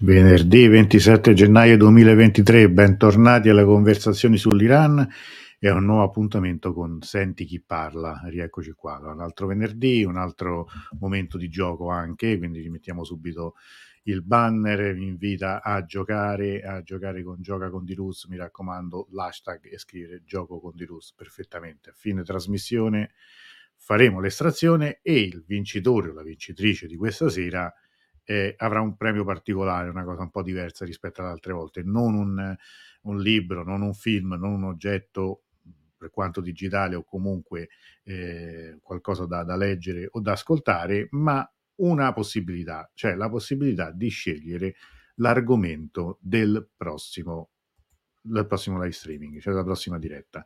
Venerdì 27 gennaio 2023, bentornati alle conversazioni sull'Iran e a un nuovo appuntamento con Senti chi parla. Rieccoci qua, un altro venerdì, un altro momento di gioco anche, quindi ci mettiamo subito il banner, vi invita a giocare con Gioca con Dirus, mi raccomando l'hashtag e scrivere Gioco con Dirus perfettamente. A fine trasmissione faremo l'estrazione e il vincitore o la vincitrice di questa sera avrà un premio particolare, una cosa un po' diversa rispetto ad altre volte, non un libro, non un film, non un oggetto per quanto digitale o comunque qualcosa da leggere o da ascoltare, ma una possibilità, cioè la possibilità di scegliere l'argomento del prossimo live streaming, cioè la prossima diretta.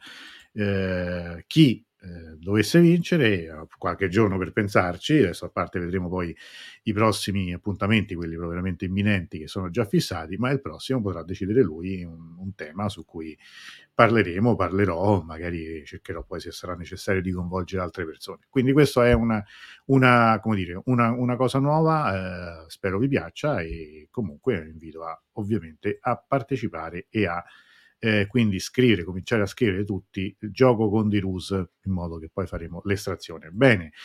Chi dovesse vincere ha qualche giorno per pensarci, adesso a parte vedremo poi i prossimi appuntamenti, quelli veramente imminenti che sono già fissati, ma il prossimo potrà decidere lui un tema su cui parlerò, magari cercherò poi se sarà necessario di coinvolgere altre persone. Quindi questo è una cosa nuova, spero vi piaccia e comunque invito ovviamente a partecipare e a quindi cominciare a scrivere tutti Gioco con Dirus in modo che poi faremo l'estrazione. Bene,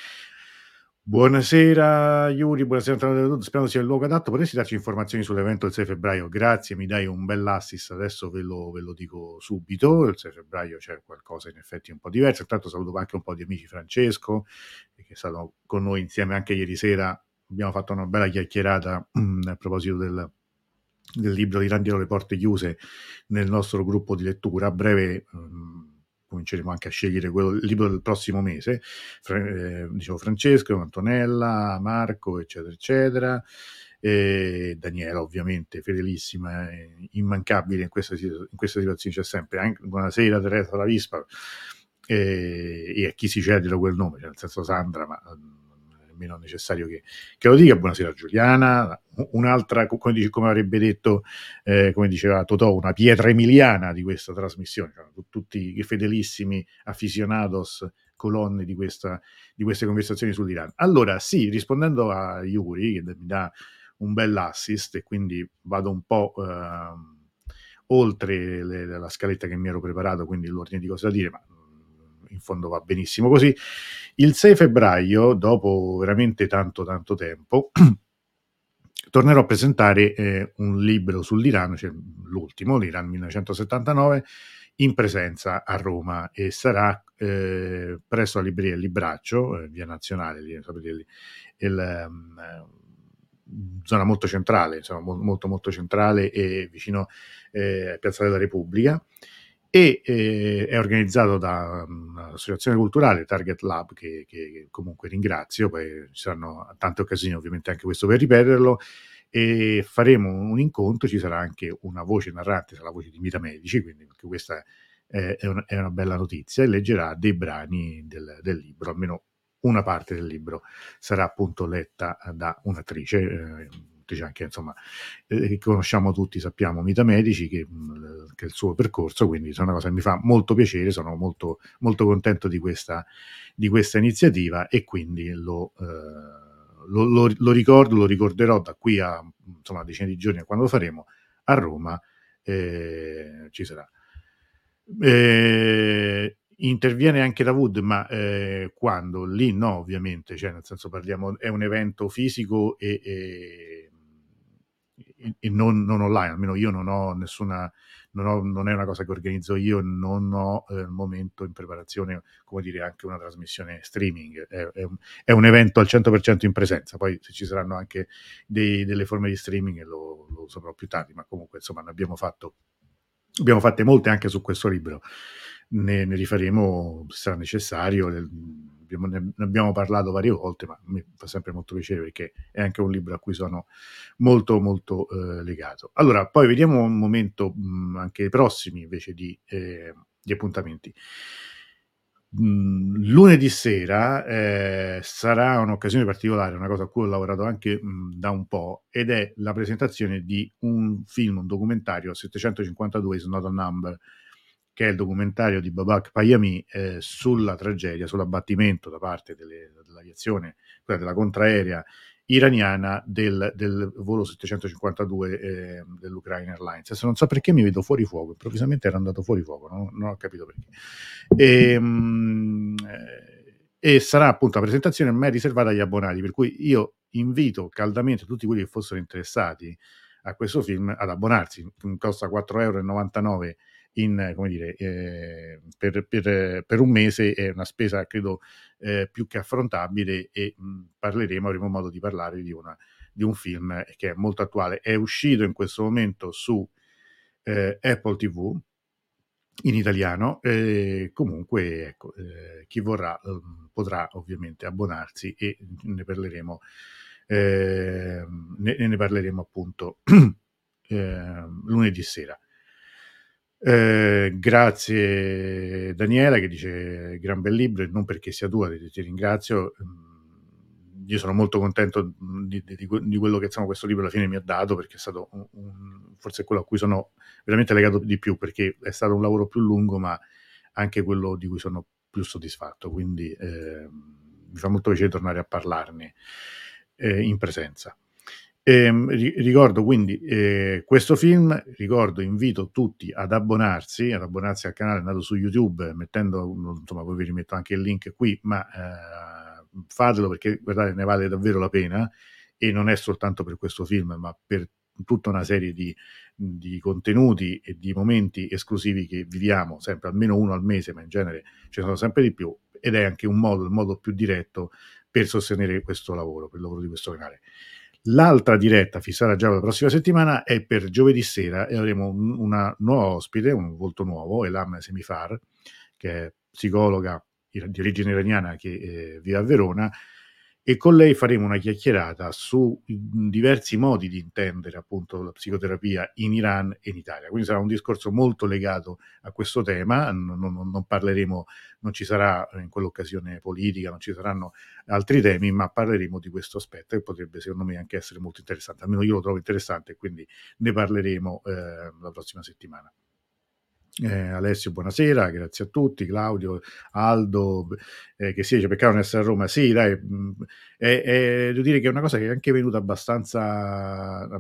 buonasera Yuri, buonasera, spero sia il luogo adatto. Potresti darci informazioni sull'evento del 6 febbraio? Grazie, mi dai un bel assist, adesso ve lo dico subito. Il 6 febbraio c'è qualcosa in effetti un po' diverso. Intanto saluto anche un po' di amici, Francesco che è stato con noi insieme anche ieri sera, abbiamo fatto una bella chiacchierata a proposito del libro di Randiero Le porte chiuse nel nostro gruppo di lettura. A breve cominceremo anche a scegliere il libro del prossimo mese. Dicevo Francesco, Antonella, Marco, eccetera, eccetera. Daniela, ovviamente, fedelissima e immancabile in questa situazione, c'è sempre. Anche, buonasera Teresa La Vispa, e a chi si cede da quel nome, cioè nel senso Sandra, ma nemmeno necessario che lo dica. Buonasera Giuliana, un'altra, come avrebbe detto, come diceva Totò, una pietra emiliana di questa trasmissione, cioè, tutti i fedelissimi aficionados, colonne di queste conversazioni sull'Iran. Allora sì, rispondendo a Yuri che mi dà un bel assist e quindi vado un po' oltre la scaletta che mi ero preparato, quindi l'ordine di cose da dire, ma in fondo va benissimo così. Il 6 febbraio, dopo veramente tanto tempo, tornerò a presentare un libro sull'Iran, cioè l'ultimo, l'Iran 1979, in presenza a Roma, e sarà presso la libreria Il Libraccio, via Nazionale, sapete, zona molto centrale, insomma, molto centrale e vicino a Piazza della Repubblica, e è organizzato da un'associazione culturale, Target Lab, che comunque ringrazio. Poi ci saranno tante occasioni, ovviamente anche questo per ripeterlo, e faremo un incontro. Ci sarà anche una voce narrante, sarà la voce di Mita Medici, quindi anche questa è una bella notizia, e leggerà dei brani del libro, almeno una parte del libro sarà appunto letta da un'attrice, anche insomma che conosciamo tutti, sappiamo, Mita Medici, che è il suo percorso, quindi è una cosa che mi fa molto piacere, sono molto contento di questa iniziativa, e quindi lo ricordo, lo ricorderò da qui a insomma decine di giorni, a quando lo faremo a Roma. Ci sarà. Interviene anche Davud, ma quando? Lì no, ovviamente, cioè nel senso parliamo, è un evento fisico e non online, almeno io non ho nessuna, non è una cosa che organizzo io, non ho al momento in preparazione, come dire, anche una trasmissione streaming, è un evento al 100% in presenza. Poi se ci saranno anche delle forme di streaming lo saprò più tardi, ma comunque insomma ne abbiamo fatte molte anche su questo libro, ne rifaremo se sarà necessario. Ne abbiamo parlato varie volte, ma mi fa sempre molto piacere perché è anche un libro a cui sono molto legato. Allora, poi vediamo un momento anche i prossimi invece di appuntamenti. Lunedì sera sarà un'occasione particolare, una cosa a cui ho lavorato anche da un po', ed è la presentazione di un film, un documentario, 752 is not a number, che è il documentario di Babak Payami sulla tragedia, sull'abbattimento da parte dell'aviazione, quella della contraerea iraniana del volo 752 dell'Ukraine Airlines. Adesso non so perché mi vedo fuori fuoco, improvvisamente era andato fuori fuoco, non ho capito perché. E sarà appunto la presentazione ma è riservata agli abbonati, per cui io invito caldamente tutti quelli che fossero interessati a questo film ad abbonarsi. Costa 4,99 € come dire, per un mese, è una spesa credo più che affrontabile, e avremo modo di parlare di un film che è molto attuale. È uscito in questo momento su Apple TV in italiano, comunque ecco, chi vorrà potrà ovviamente abbonarsi, e ne parleremo ne parleremo appunto lunedì sera. Grazie Daniela, che dice gran bel libro, e non perché sia tua, ti ringrazio. Io sono molto contento di quello che insomma questo libro alla fine mi ha dato, perché è stato forse quello a cui sono veramente legato di più, perché è stato un lavoro più lungo, ma anche quello di cui sono più soddisfatto, quindi mi fa molto piacere tornare a parlarne in presenza. Ricordo quindi questo film, invito tutti ad abbonarsi al canale, andato su YouTube, mettendo, insomma poi vi rimetto anche il link qui, ma fatelo perché guardate, ne vale davvero la pena, e non è soltanto per questo film, ma per tutta una serie di contenuti e di momenti esclusivi che viviamo sempre, almeno uno al mese, ma in genere ce ne sono sempre di più, ed è anche il modo più diretto per sostenere questo lavoro, per il lavoro di questo canale. L'altra diretta fissata già per la prossima settimana è per giovedì sera, e avremo una nuova ospite, un volto nuovo, Elam Semifar, che è psicologa di origine iraniana che vive a Verona, e con lei faremo una chiacchierata su diversi modi di intendere appunto la psicoterapia in Iran e in Italia. Quindi sarà un discorso molto legato a questo tema. Non parleremo, non ci sarà in quell'occasione politica, non ci saranno altri temi, ma parleremo di questo aspetto, che potrebbe secondo me anche essere molto interessante, almeno io lo trovo interessante, e quindi ne parleremo la prossima settimana. Alessio, buonasera, grazie a tutti. Claudio, Aldo, che si dice peccato non essere a Roma. Sì, dai, devo dire che è una cosa che è anche venuta abbastanza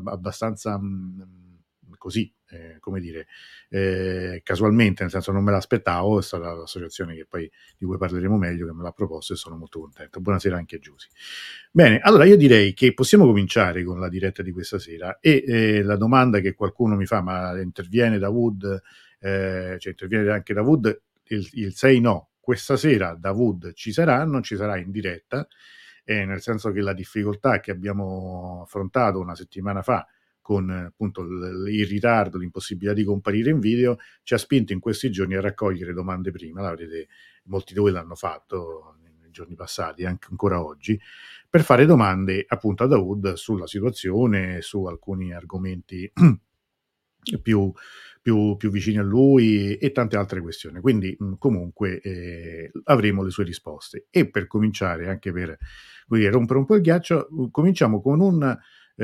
così, come dire, casualmente, nel senso non me l'aspettavo. È stata l'associazione di cui parleremo meglio che me l'ha proposto, e sono molto contento. Buonasera anche a Giusy. Bene, allora io direi che possiamo cominciare con la diretta di questa sera, e la domanda che qualcuno mi fa: ma interviene Dawood? Cioè interviene anche Dawood? Il 6 no. Questa sera Dawood ci sarà, non ci sarà in diretta, nel senso che la difficoltà che abbiamo affrontato una settimana fa con appunto il ritardo, l'impossibilità di comparire in video, ci ha spinto in questi giorni a raccogliere domande prima. Molti di voi l'hanno fatto nei giorni passati, anche ancora oggi, per fare domande appunto a Dawood sulla situazione, su alcuni argomenti più vicini a lui, e tante altre questioni. Quindi comunque avremo le sue risposte. E per cominciare, anche per rompere un po' il ghiaccio, cominciamo con un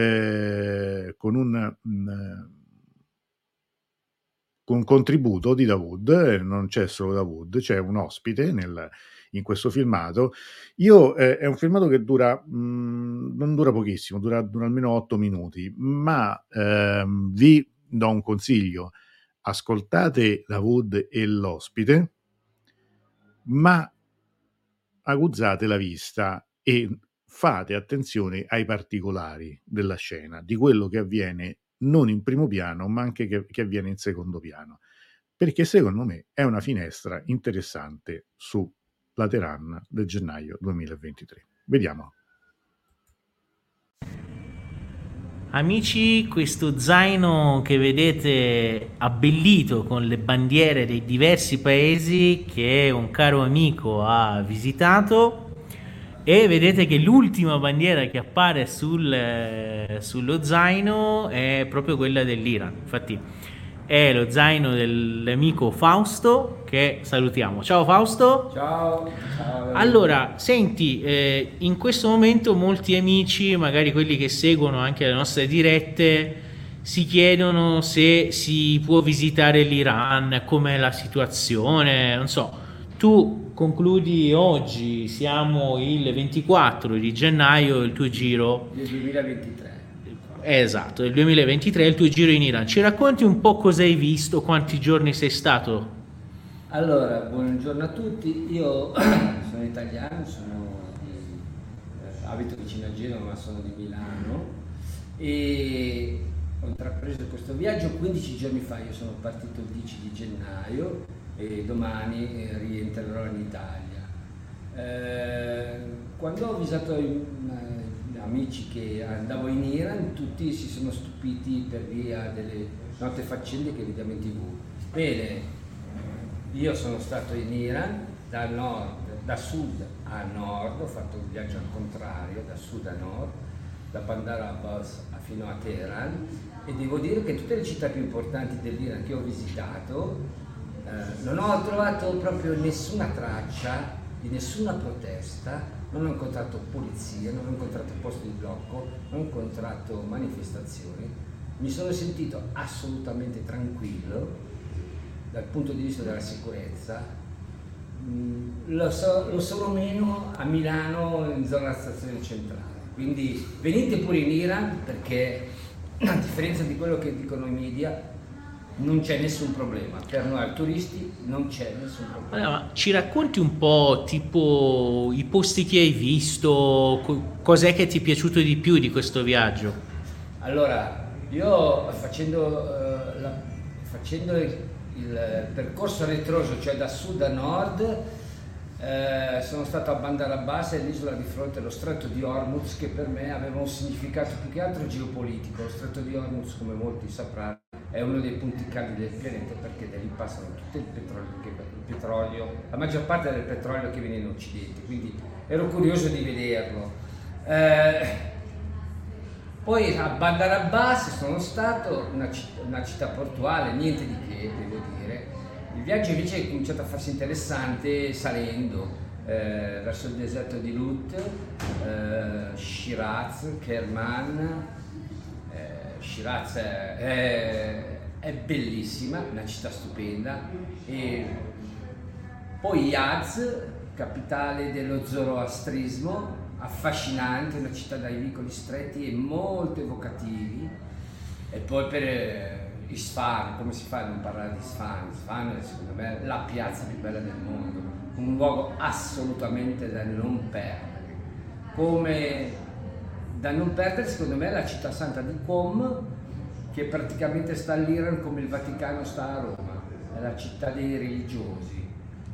contributo di Dawood. Non c'è solo Dawood, c'è un ospite in questo filmato. È un filmato che non dura pochissimo, dura almeno 8 minuti, ma vi do un consiglio: ascoltate Dawood e l'ospite, ma aguzzate la vista e fate attenzione ai particolari della scena, di quello che avviene non in primo piano, ma anche che avviene in secondo piano, perché secondo me è una finestra interessante sulla Teheran del gennaio 2023. Vediamo. Amici, questo zaino che vedete abbellito con le bandiere dei diversi paesi, che un caro amico ha visitato, e vedete che l'ultima bandiera che appare sullo zaino è proprio quella dell'Iran. Infatti è lo zaino dell'amico Fausto, che salutiamo. Ciao Fausto. Ciao. Allora, senti, in questo momento molti amici, magari quelli che seguono anche le nostre dirette, si chiedono se si può visitare l'Iran, com'è la situazione, non so. Tu concludi oggi, siamo il 24 di gennaio, il tuo giro. Del 2023. Esatto, del 2023 il tuo giro in Iran. Ci racconti un po' cosa hai visto, quanti giorni sei stato? Allora, buongiorno a tutti, io sono italiano, abito vicino a Genova ma sono di Milano e ho intrapreso questo viaggio 15 giorni fa, io sono partito il 10 di gennaio e domani rientrerò in Italia. Quando ho avvisato amici che andavo in Iran, tutti si sono stupiti per via delle note faccende che vediamo in TV. Bene, io sono stato in Iran da sud a nord, ho fatto un viaggio al contrario, da sud a nord, da Bandar Abbas fino a Teheran, e devo dire che tutte le città più importanti dell'Iran che ho visitato non ho trovato proprio nessuna traccia di nessuna protesta. Non ho incontrato polizia, non ho incontrato posti di blocco, non ho incontrato manifestazioni, mi sono sentito assolutamente tranquillo dal punto di vista della sicurezza. Lo sono meno a Milano in zona stazione centrale, quindi venite pure in Iran perché a differenza di quello che dicono i media non c'è nessun problema, per noi turisti non c'è nessun problema. Allora, ci racconti un po' tipo i posti che hai visto, cos'è che ti è piaciuto di più di questo viaggio? Allora, io facendo il percorso a ritroso, cioè da sud a nord, sono stato a Bandar Abbas, l'isola di fronte allo stretto di Hormuz, che per me aveva un significato più che altro geopolitico. Lo stretto di Hormuz, come molti sapranno, è uno dei punti caldi del pianeta perché da lì passano tutto il petrolio, la maggior parte del petrolio che viene in Occidente, quindi ero curioso di vederlo. Poi a Bandar Abbas sono stato, una città portuale, niente di che, devo dire. Il viaggio invece è cominciato a farsi interessante salendo verso il deserto di Lut, Shiraz, Kerman. Shiraz è bellissima, una città stupenda, e poi Yazd, capitale dello zoroastrismo, affascinante, una città dai vicoli stretti e molto evocativi. E poi per Isfahan, come si fa a non parlare di Isfahan? Isfahan è secondo me la piazza più bella del mondo, un luogo assolutamente da non perdere. Come da non perdere secondo me la città santa di Qom, che praticamente sta all'Iran come il Vaticano sta a Roma, è la città dei religiosi.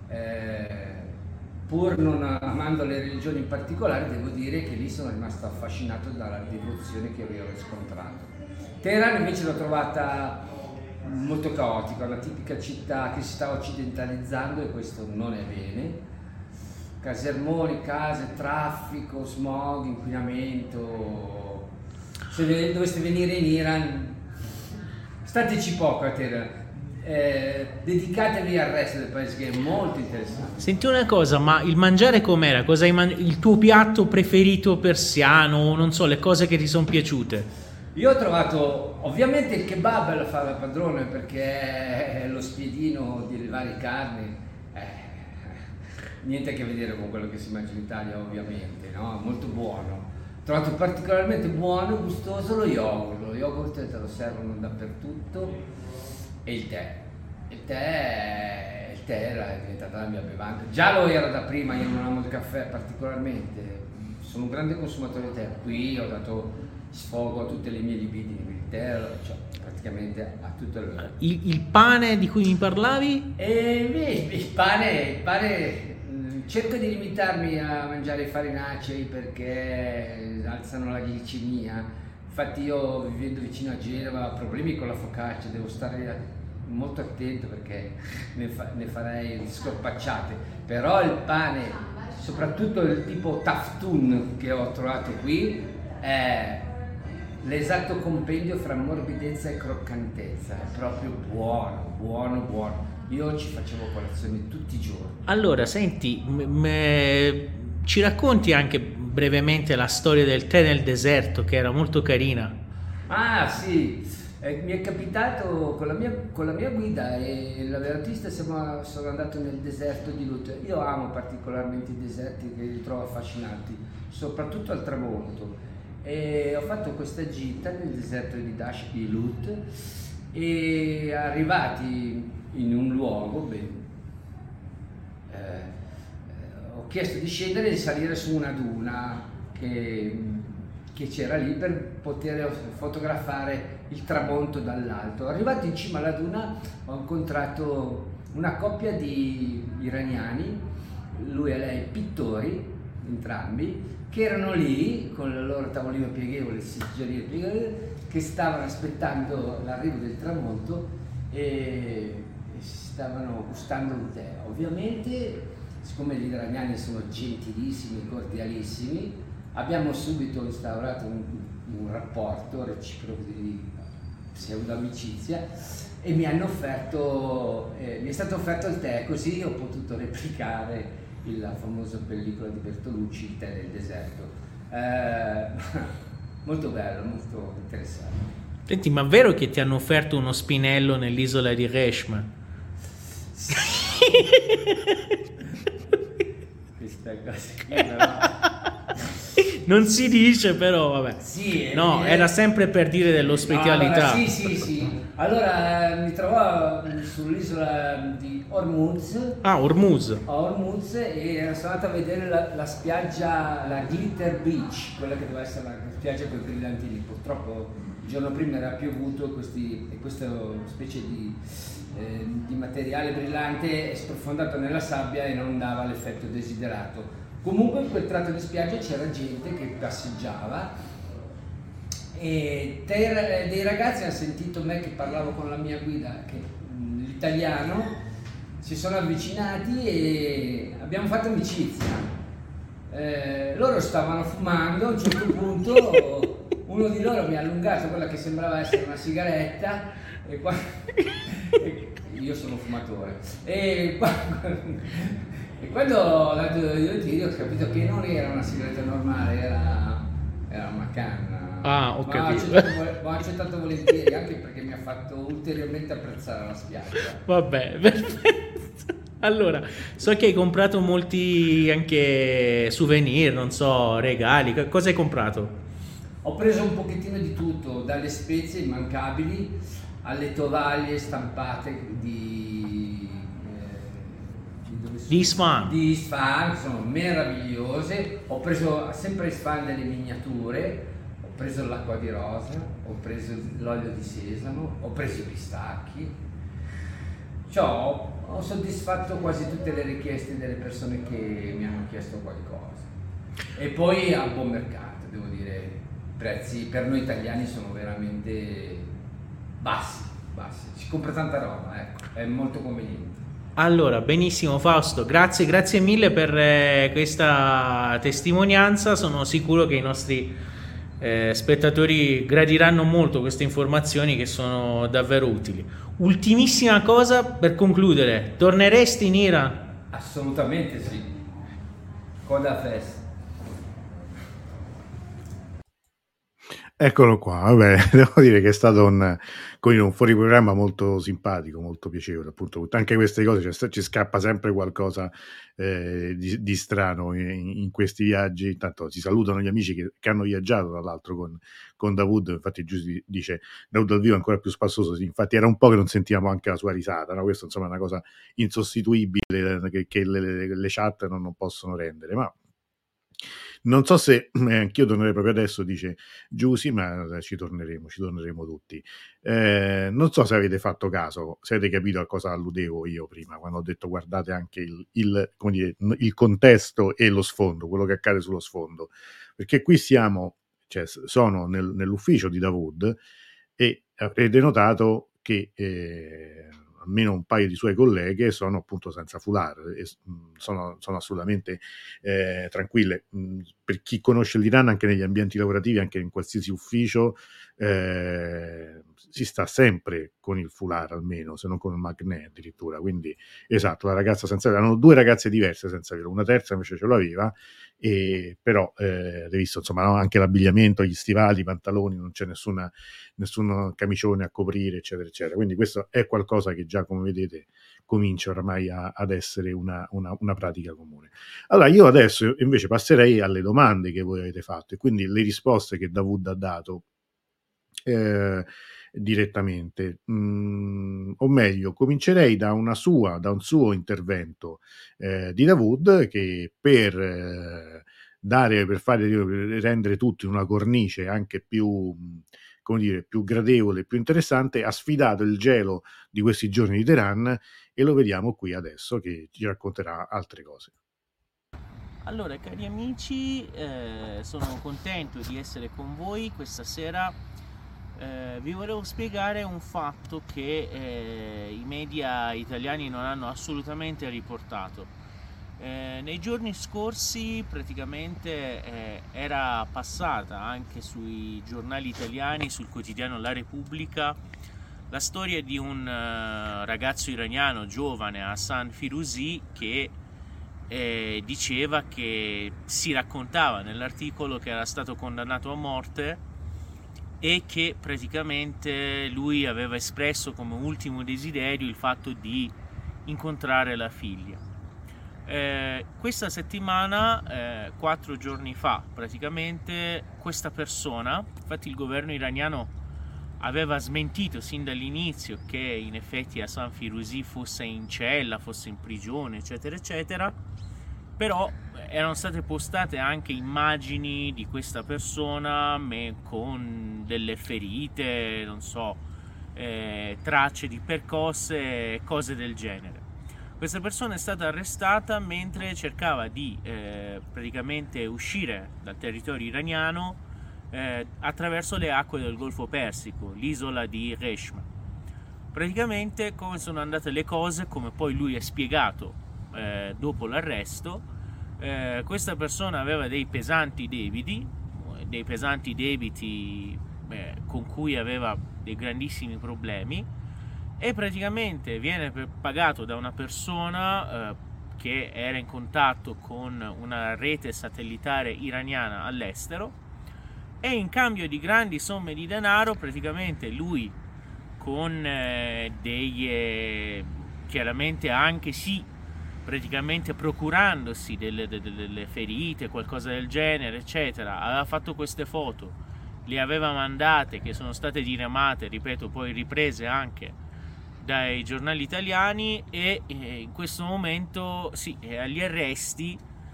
Pur non amando le religioni in particolare, devo dire che lì sono rimasto affascinato dalla devozione che vi ho riscontrato. Teheran invece l'ho trovata molto caotica, una tipica città che si sta occidentalizzando e questo non è bene. Casermoni, case, traffico, smog, inquinamento. Se doveste venire in Iran, stateci poco a Teheran. Dedicatevi al resto del paese che è molto interessante. Senti una cosa, ma il mangiare com'era? Cosa il tuo piatto preferito persiano? Non so, le cose che ti sono piaciute. Io ho trovato ovviamente il kebab lo fa da padrone perché è lo spiedino di varie carni, niente a che vedere con quello che si mangia in Italia ovviamente, no? Molto buono. Ho trovato particolarmente buono e gustoso lo yogurt te lo servono dappertutto, e il tè. Il tè era diventata la mia bevanda, già lo era da prima, io non amo il caffè particolarmente, sono un grande consumatore di tè, qui ho dato sfogo a tutte le mie libidini, il tè, cioè praticamente a tutto il pane di cui mi parlavi? Il pane cerco di limitarmi a mangiare farinacei perché alzano la glicemia. Infatti io, vivendo vicino a Genova, ho problemi con la focaccia, devo stare molto attento perché ne farei scorpacciate. Però il pane, soprattutto il tipo taftun che ho trovato qui, è l'esatto compendio fra morbidezza e croccantezza, è proprio buono. Io ci facevo colazione tutti i giorni. Allora, senti, ci racconti anche brevemente la storia del tè nel deserto, che era molto carina? Ah sì, Mi è capitato con la mia guida e l'autista sono andato nel deserto di Lut. Io amo particolarmente i deserti, che li trovo affascinanti, soprattutto al tramonto. E ho fatto questa gita nel deserto di Lut e arrivati in un luogo, ho chiesto di scendere e di salire su una duna che c'era lì per poter fotografare il tramonto dall'alto. Arrivato in cima alla duna ho incontrato una coppia di iraniani, lui e lei pittori, entrambi, che erano lì con il loro tavolino pieghevole, sigillino pieghevole, che stavano aspettando l'arrivo del tramonto e stavano gustando un tè. Ovviamente, siccome gli iraniani sono gentilissimi, cordialissimi, abbiamo subito instaurato un rapporto reciproco di pseudo-amicizia e mi è stato offerto il tè, così ho potuto replicare la famosa pellicola di Bertolucci, Il tè del deserto. Molto bello, molto interessante. Senti, ma è vero che ti hanno offerto uno spinello nell'isola di Reshma? Sì. Questa cosa qui, però... Non si dice, però vabbè. Sì, no, era sempre per dire dell'ospitalità. Allora, sì. Allora mi trovavo sull'isola di Hormuz. Ah, Hormuz. A Hormuz, e sono andato a vedere la spiaggia, la Glitter Beach, quella che doveva essere la spiaggia con i brillantini. Purtroppo il giorno prima era piovuto e questa specie di materiale brillante è sprofondato nella sabbia e non dava l'effetto desiderato. Comunque in quel tratto di spiaggia c'era gente che passeggiava e dei ragazzi hanno sentito me che parlavo con la mia guida, l'italiano, si sono avvicinati e abbiamo fatto amicizia. Loro stavano fumando, a un certo punto uno di loro mi ha allungato quella che sembrava essere una sigaretta io sono fumatore e quando ho dato io tiro ho capito che non era una sigaretta normale, era una canna. Ah, ho capito. Ho accettato volentieri, anche perché mi ha fatto ulteriormente apprezzare la spiaggia. Vabbè, perfetto. Allora, so che hai comprato molti anche souvenir, non so, regali. Cosa hai comprato? Ho preso un pochettino di tutto, dalle spezie immancabili alle tovaglie stampate di Isfahan, sono meravigliose. Ho preso sempre Isfahan delle miniature, ho preso l'acqua di rosa, ho preso l'olio di sesamo, ho preso i pistacchi. Ho soddisfatto quasi tutte le richieste delle persone che mi hanno chiesto qualcosa. E poi a buon mercato, devo dire, i prezzi per noi italiani sono veramente bassi. Si compra tanta roba, ecco, è molto conveniente. Allora, benissimo Fausto, grazie mille per questa testimonianza. Sono sicuro che i nostri spettatori gradiranno molto queste informazioni che sono davvero utili. Ultimissima cosa per concludere, torneresti in Iran? Assolutamente sì. Kodafest. Eccolo qua, vabbè, devo dire che è stato un fuori programma molto simpatico, molto piacevole, appunto, anche queste cose, ci scappa sempre qualcosa di strano in questi viaggi. Intanto si salutano gli amici che hanno viaggiato, tra l'altro, con Davud. Infatti Giusti dice, Davud dal vivo è ancora più spassoso, infatti era un po' che non sentivamo anche la sua risata, no? Questo insomma è una cosa insostituibile che le chat non possono rendere, ma non so se anch'io tornerei proprio adesso, dice Giusy, ma ci torneremo tutti. Non so se avete fatto caso, se avete capito a cosa alludevo io prima, quando ho detto guardate anche il contesto e lo sfondo, quello che accade sullo sfondo, perché qui sono nell'ufficio di Davud e avrete notato che almeno un paio di sue colleghe sono appunto senza foulard e sono assolutamente tranquille. Per chi conosce l'Iran, anche negli ambienti lavorativi, anche in qualsiasi ufficio, si sta sempre con il foulard, almeno, se non con il magnet addirittura. Quindi, esatto, la ragazza senza velo, erano due ragazze diverse senza velo, una terza invece ce l'aveva, però hai visto, insomma, no? Anche l'abbigliamento, gli stivali, i pantaloni, non c'è nessun camicione a coprire, eccetera, eccetera. Quindi questo è qualcosa che già, come vedete, comincia oramai ad essere una pratica comune. Allora, io adesso invece passerei alle domande che voi avete fatto, e quindi le risposte che Dawood ha dato direttamente, o meglio, comincerei da un suo intervento di Dawood, che per rendere tutto in una cornice anche più, come dire, più gradevole, più interessante, ha sfidato il gelo di questi giorni di Teheran, e lo vediamo qui adesso che ci racconterà altre cose. Allora, cari amici, sono contento di essere con voi questa sera. Vi volevo spiegare un fatto che i media italiani non hanno assolutamente riportato. Nei giorni scorsi praticamente era passata anche sui giornali italiani, sul quotidiano La Repubblica, la storia di un ragazzo iraniano giovane, Hassan Firouzi, che diceva che si raccontava nell'articolo che era stato condannato a morte e che praticamente lui aveva espresso come ultimo desiderio il fatto di incontrare la figlia. Questa settimana, 4 giorni fa praticamente, questa persona, infatti il governo iraniano aveva smentito sin dall'inizio che in effetti Hassan Firouzi fosse in cella, fosse in prigione, eccetera eccetera, però erano state postate anche immagini di questa persona con delle ferite, non so, tracce di percosse, cose del genere. Questa persona è stata arrestata mentre cercava di praticamente uscire dal territorio iraniano attraverso le acque del Golfo Persico, l'isola di Reshm. Praticamente, come sono andate le cose, come poi lui ha spiegato dopo l'arresto, questa persona aveva dei pesanti debiti con cui aveva dei grandissimi problemi, e praticamente viene pagato da una persona che era in contatto con una rete satellitare iraniana all'estero, e in cambio di grandi somme di denaro praticamente lui, con chiaramente anche praticamente procurandosi delle ferite, qualcosa del genere, eccetera, aveva fatto queste foto, le aveva mandate, che sono state diramate, ripeto, poi riprese anche dai giornali italiani, e in questo momento è agli arresti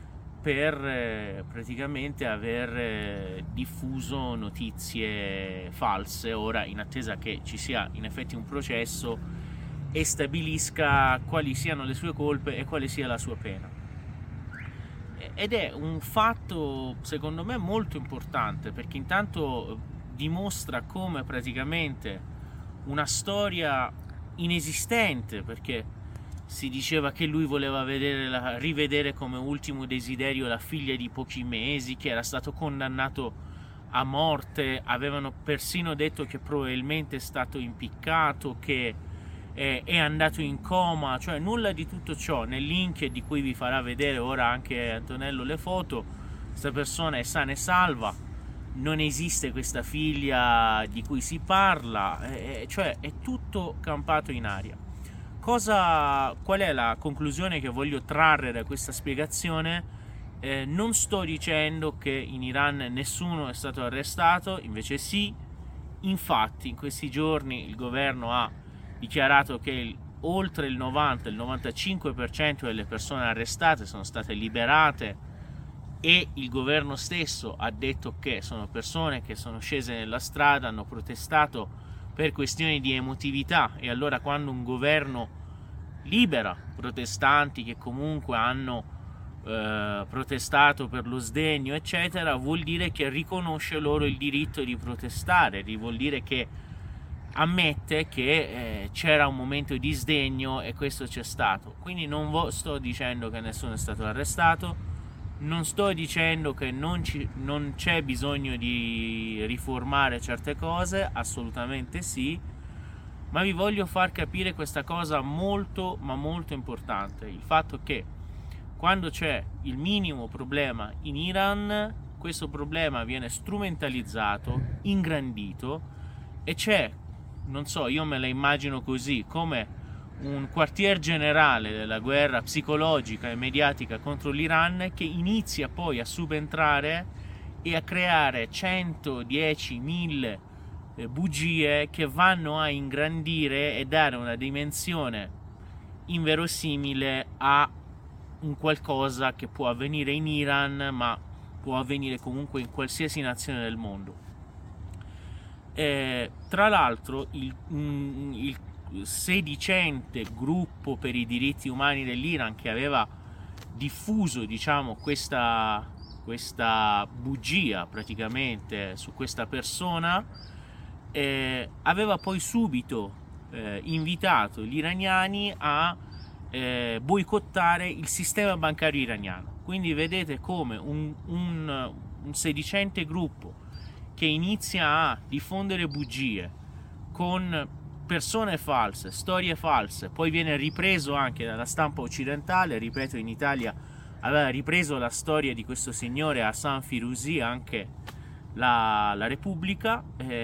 per praticamente aver diffuso notizie false, ora in attesa che ci sia in effetti un processo e stabilisca quali siano le sue colpe e quale sia la sua pena. Ed è un fatto secondo me molto importante, perché intanto dimostra come praticamente una storia inesistente, perché si diceva che lui voleva rivedere come ultimo desiderio la figlia di pochi mesi, che era stato condannato a morte, avevano persino detto che probabilmente è stato impiccato, che è andato in coma, cioè nulla di tutto ciò. Nel link di cui vi farà vedere ora anche Antonello le foto, questa persona è sana e salva, non esiste questa figlia di cui si parla, cioè è tutto campato in aria. Qual è la conclusione che voglio trarre da questa spiegazione? Non sto dicendo che in Iran nessuno è stato arrestato, invece sì. Infatti in questi giorni il governo ha dichiarato che oltre il 95% delle persone arrestate sono state liberate, e il governo stesso ha detto che sono persone che sono scese nella strada, hanno protestato per questioni di emotività, e allora quando un governo libera protestanti che comunque hanno protestato per lo sdegno eccetera, vuol dire che riconosce loro il diritto di protestare, vuol dire che ammette che c'era un momento di sdegno, e questo c'è stato. Quindi non sto dicendo che nessuno è stato arrestato, Non sto dicendo che non c'è bisogno di riformare certe cose, assolutamente sì, ma vi voglio far capire questa cosa molto ma molto importante, il fatto che quando c'è il minimo problema in Iran, questo problema viene strumentalizzato, ingrandito e c'è, non so, io me la immagino così, come un quartier generale della guerra psicologica e mediatica contro l'Iran che inizia poi a subentrare e a creare 110, 1000 bugie che vanno a ingrandire e dare una dimensione inverosimile a un qualcosa che può avvenire in Iran, ma può avvenire comunque in qualsiasi nazione del mondo. Tra l'altro il sedicente gruppo per i diritti umani dell'Iran che aveva diffuso, diciamo, questa bugia praticamente su questa persona, aveva poi subito invitato gli iraniani a boicottare il sistema bancario iraniano. Quindi vedete come un sedicente gruppo che inizia a diffondere bugie con persone false, storie false, poi viene ripreso anche dalla stampa occidentale, ripeto, in Italia aveva ripreso la storia di questo signore Hassan Firouzi, anche la Repubblica,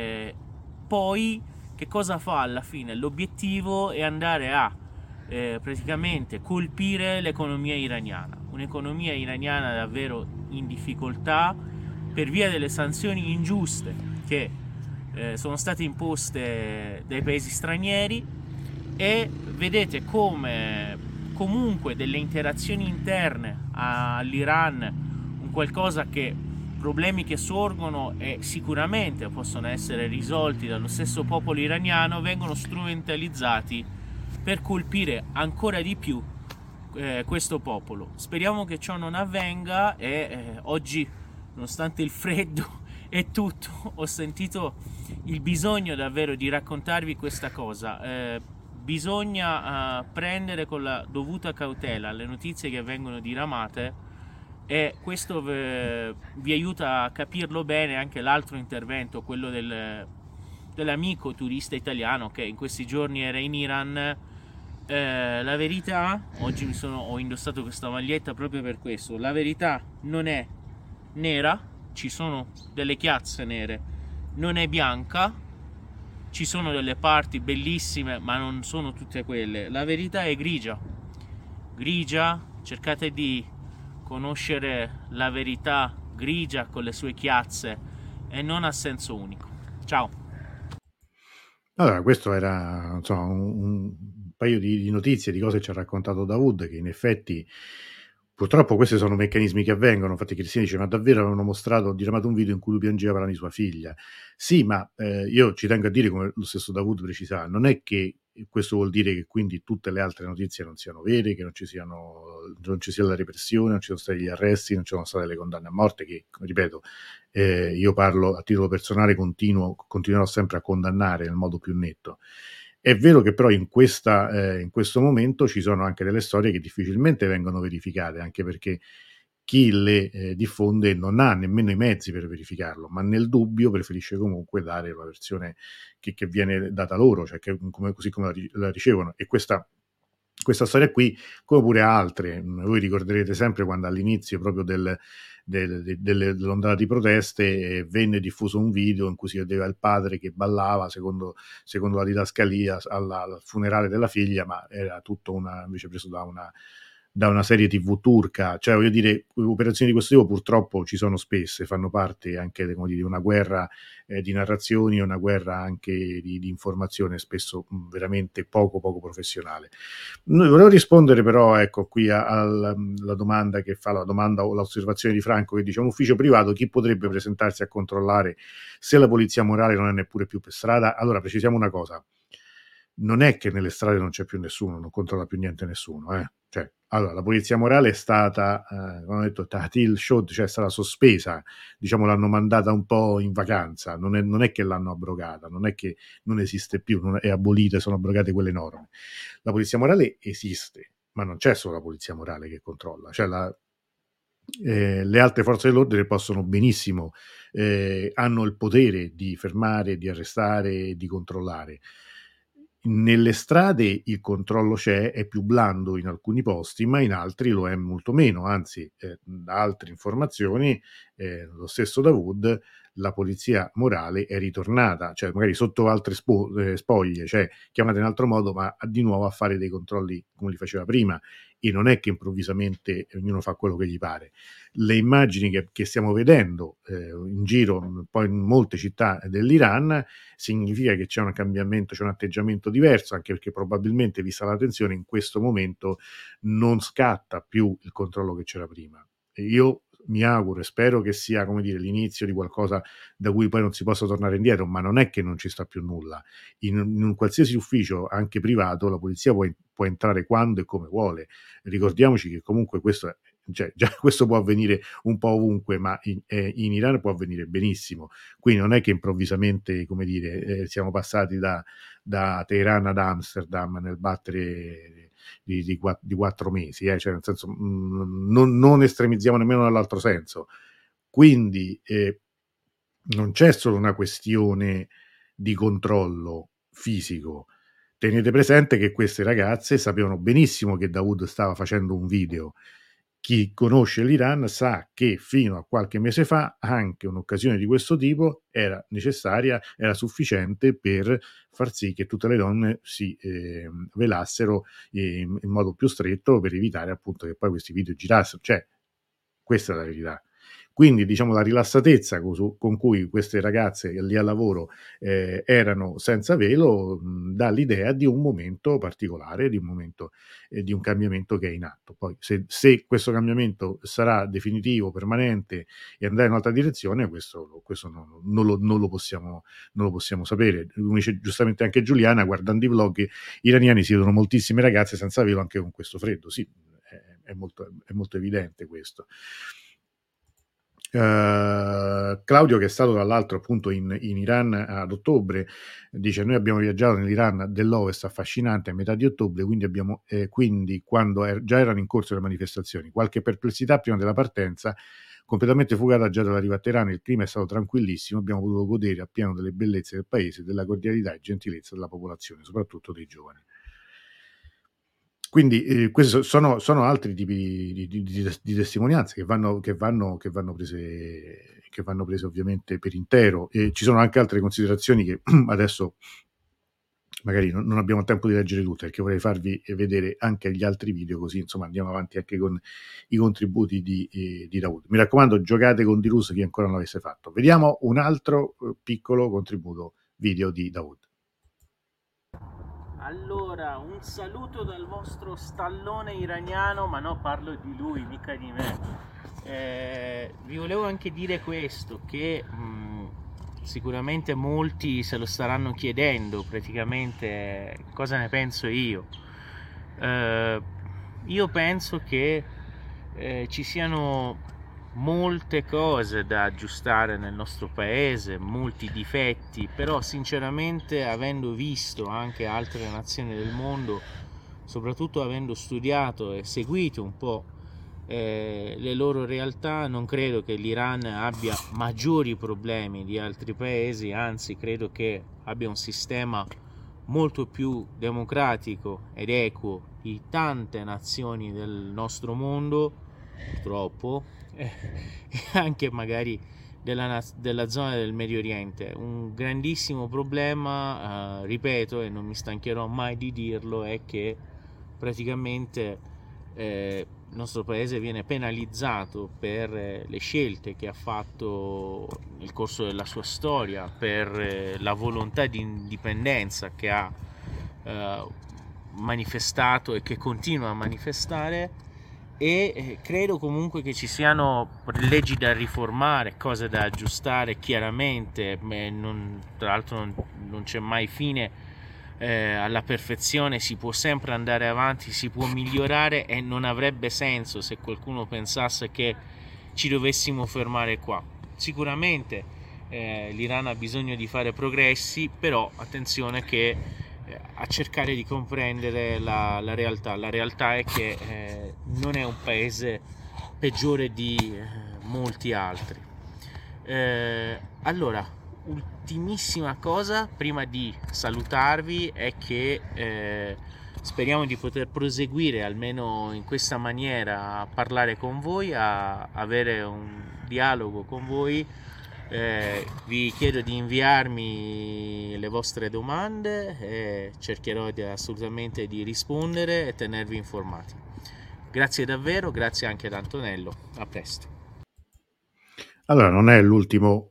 poi che cosa fa alla fine? L'obiettivo è andare a praticamente colpire l'economia iraniana, un'economia iraniana davvero in difficoltà per via delle sanzioni ingiuste che sono state imposte dai paesi stranieri, e vedete come comunque delle interazioni interne all'Iran, un qualcosa che problemi che sorgono e sicuramente possono essere risolti dallo stesso popolo iraniano, vengono strumentalizzati per colpire ancora di più questo popolo. Speriamo che ciò non avvenga e oggi, nonostante il freddo e tutto, ho sentito il bisogno davvero di raccontarvi questa cosa. Bisogna prendere con la dovuta cautela le notizie che vengono diramate, e questo vi aiuta a capirlo bene anche l'altro intervento, quello dell'amico turista italiano che in questi giorni era in Iran. La verità, oggi ho indossato questa maglietta proprio per questo, la verità non è nera, ci sono delle chiazze nere, non è bianca, ci sono delle parti bellissime ma non sono tutte quelle, la verità è grigia, cercate di conoscere la verità grigia con le sue chiazze e non a senso unico. Ciao. Allora, questo era insomma, un paio di notizie, di cose che ci ha raccontato Dawood, che in effetti purtroppo questi sono meccanismi che avvengono. Infatti Cristiani dice, ma davvero avevano diramato un video in cui lui piangeva per la sua figlia? Sì, ma io ci tengo a dire, come lo stesso Dawood precisava, non è che questo vuol dire che quindi tutte le altre notizie non siano vere, che non ci sia la repressione, non ci sono stati gli arresti, non ci sono state le condanne a morte, che, ripeto, io parlo a titolo personale, continuerò sempre a condannare nel modo più netto. È vero che però in questo momento ci sono anche delle storie che difficilmente vengono verificate, anche perché chi le diffonde non ha nemmeno i mezzi per verificarlo, ma nel dubbio preferisce comunque dare la versione che viene data loro, cioè così come la ricevono. E questa storia qui, come pure altre, voi ricorderete sempre quando all'inizio proprio dell'ondata di proteste venne diffuso un video in cui si vedeva il padre che ballava secondo la didascalia al funerale della figlia, ma era tutto invece preso da una serie TV turca. Cioè, voglio dire, operazioni di questo tipo purtroppo ci sono spesse, fanno parte anche, come dire, di una guerra di narrazioni, una guerra anche di informazione, spesso veramente poco professionale. Volevo rispondere però, ecco, qui alla domanda che fa, la domanda o l'osservazione di Franco, che dice: un ufficio privato, chi potrebbe presentarsi a controllare se la polizia morale non è neppure più per strada? Allora, precisiamo una cosa: non è che nelle strade non c'è più nessuno, non controlla più niente nessuno, Cioè, allora, la polizia morale è stata, come ho detto, Tatil Shod, cioè è stata sospesa, diciamo, l'hanno mandata un po' in vacanza, non è che l'hanno abrogata, non è che non esiste più, non è abolita, sono abrogate quelle norme. La polizia morale esiste, ma non c'è solo la polizia morale che controlla, cioè le altre forze dell'ordine possono benissimo, hanno il potere di fermare, di arrestare, di controllare. Nelle strade il controllo c'è, è più blando in alcuni posti, ma in altri lo è molto meno, anzi, da altre informazioni, lo stesso Dawood, la polizia morale è ritornata, cioè magari sotto altre spoglie, cioè chiamate in altro modo, ma di nuovo a fare dei controlli come li faceva prima, e non è che improvvisamente ognuno fa quello che gli pare. Le immagini che stiamo vedendo in giro poi in molte città dell'Iran significa che c'è un cambiamento, c'è un atteggiamento diverso, anche perché probabilmente, vista la tensione, in questo momento non scatta più il controllo che c'era prima. E io mi auguro e spero che sia, come dire, l'inizio di qualcosa da cui poi non si possa tornare indietro, ma non è che non ci sta più nulla. In un qualsiasi ufficio, anche privato, la polizia può entrare quando e come vuole. Ricordiamoci che comunque questo cioè, già questo può avvenire un po' ovunque, ma in Iran può avvenire benissimo. Quindi non è che improvvisamente, come dire, siamo passati da Teheran ad Amsterdam nel battere di 4 mesi, cioè nel senso non estremizziamo nemmeno nell'altro senso. Quindi non c'è solo una questione di controllo fisico. Tenete presente che queste ragazze sapevano benissimo che Dawood stava facendo un video. Chi conosce l'Iran sa che fino a qualche mese fa anche un'occasione di questo tipo era necessaria, era sufficiente per far sì che tutte le donne si velassero in modo più stretto, per evitare appunto che poi questi video girassero. Cioè, questa è la verità. Quindi diciamo la rilassatezza con cui queste ragazze lì al lavoro erano senza velo dà l'idea di un momento particolare, di un momento di un cambiamento che è in atto. Poi se questo cambiamento sarà definitivo, permanente e andrà in un'altra direzione, questo non lo possiamo sapere. Come dice giustamente anche Giuliana, guardando i vlog iraniani si vedono moltissime ragazze senza velo anche con questo freddo. Sì, è molto evidente questo. Claudio, che è stato tra l'altro appunto in Iran ad ottobre, dice: noi abbiamo viaggiato nell'Iran dell'Ovest affascinante a metà di ottobre, quindi quando già erano in corso le manifestazioni, qualche perplessità prima della partenza, completamente fugata già dall'arrivo a Teheran. Il clima è stato tranquillissimo, abbiamo potuto godere appieno delle bellezze del paese, della cordialità e gentilezza della popolazione, soprattutto dei giovani. Quindi questi sono altri tipi di testimonianze che vanno prese ovviamente per intero, e ci sono anche altre considerazioni che adesso magari non abbiamo tempo di leggere tutte, perché vorrei farvi vedere anche gli altri video, così insomma andiamo avanti anche con i contributi di Dawood. Mi raccomando, giocate con Dirus chi ancora non l'avesse fatto. Vediamo un altro piccolo contributo video di Dawood. Allora, un saluto dal vostro stallone iraniano, ma no, parlo di lui, mica di me. Vi volevo anche dire questo, che sicuramente molti se lo staranno chiedendo, praticamente cosa ne penso io. Io penso che ci siano molte cose da aggiustare nel nostro paese, molti difetti, però sinceramente, avendo visto anche altre nazioni del mondo, soprattutto avendo studiato e seguito un po' le loro realtà, non credo che l'Iran abbia maggiori problemi di altri paesi, anzi credo che abbia un sistema molto più democratico ed equo di tante nazioni del nostro mondo, purtroppo, e anche magari della zona del Medio Oriente. Un grandissimo problema, ripeto, e non mi stancherò mai di dirlo, è che praticamente il nostro paese viene penalizzato per le scelte che ha fatto nel corso della sua storia, per la volontà di indipendenza che ha manifestato e che continua a manifestare, e credo comunque che ci siano leggi da riformare, cose da aggiustare chiaramente, tra l'altro non c'è mai fine alla perfezione, si può sempre andare avanti, si può migliorare, e non avrebbe senso se qualcuno pensasse che ci dovessimo fermare qua. Sicuramente l'Iran ha bisogno di fare progressi, però attenzione che a cercare di comprendere la realtà. La realtà è che non è un paese peggiore di molti altri. Allora, ultimissima cosa prima di salutarvi è che speriamo di poter proseguire almeno in questa maniera a parlare con voi, a avere un dialogo con voi. Vi chiedo di inviarmi le vostre domande e cercherò assolutamente di rispondere e tenervi informati. Grazie davvero, grazie anche ad Antonello, a presto. Allora, non è l'ultimo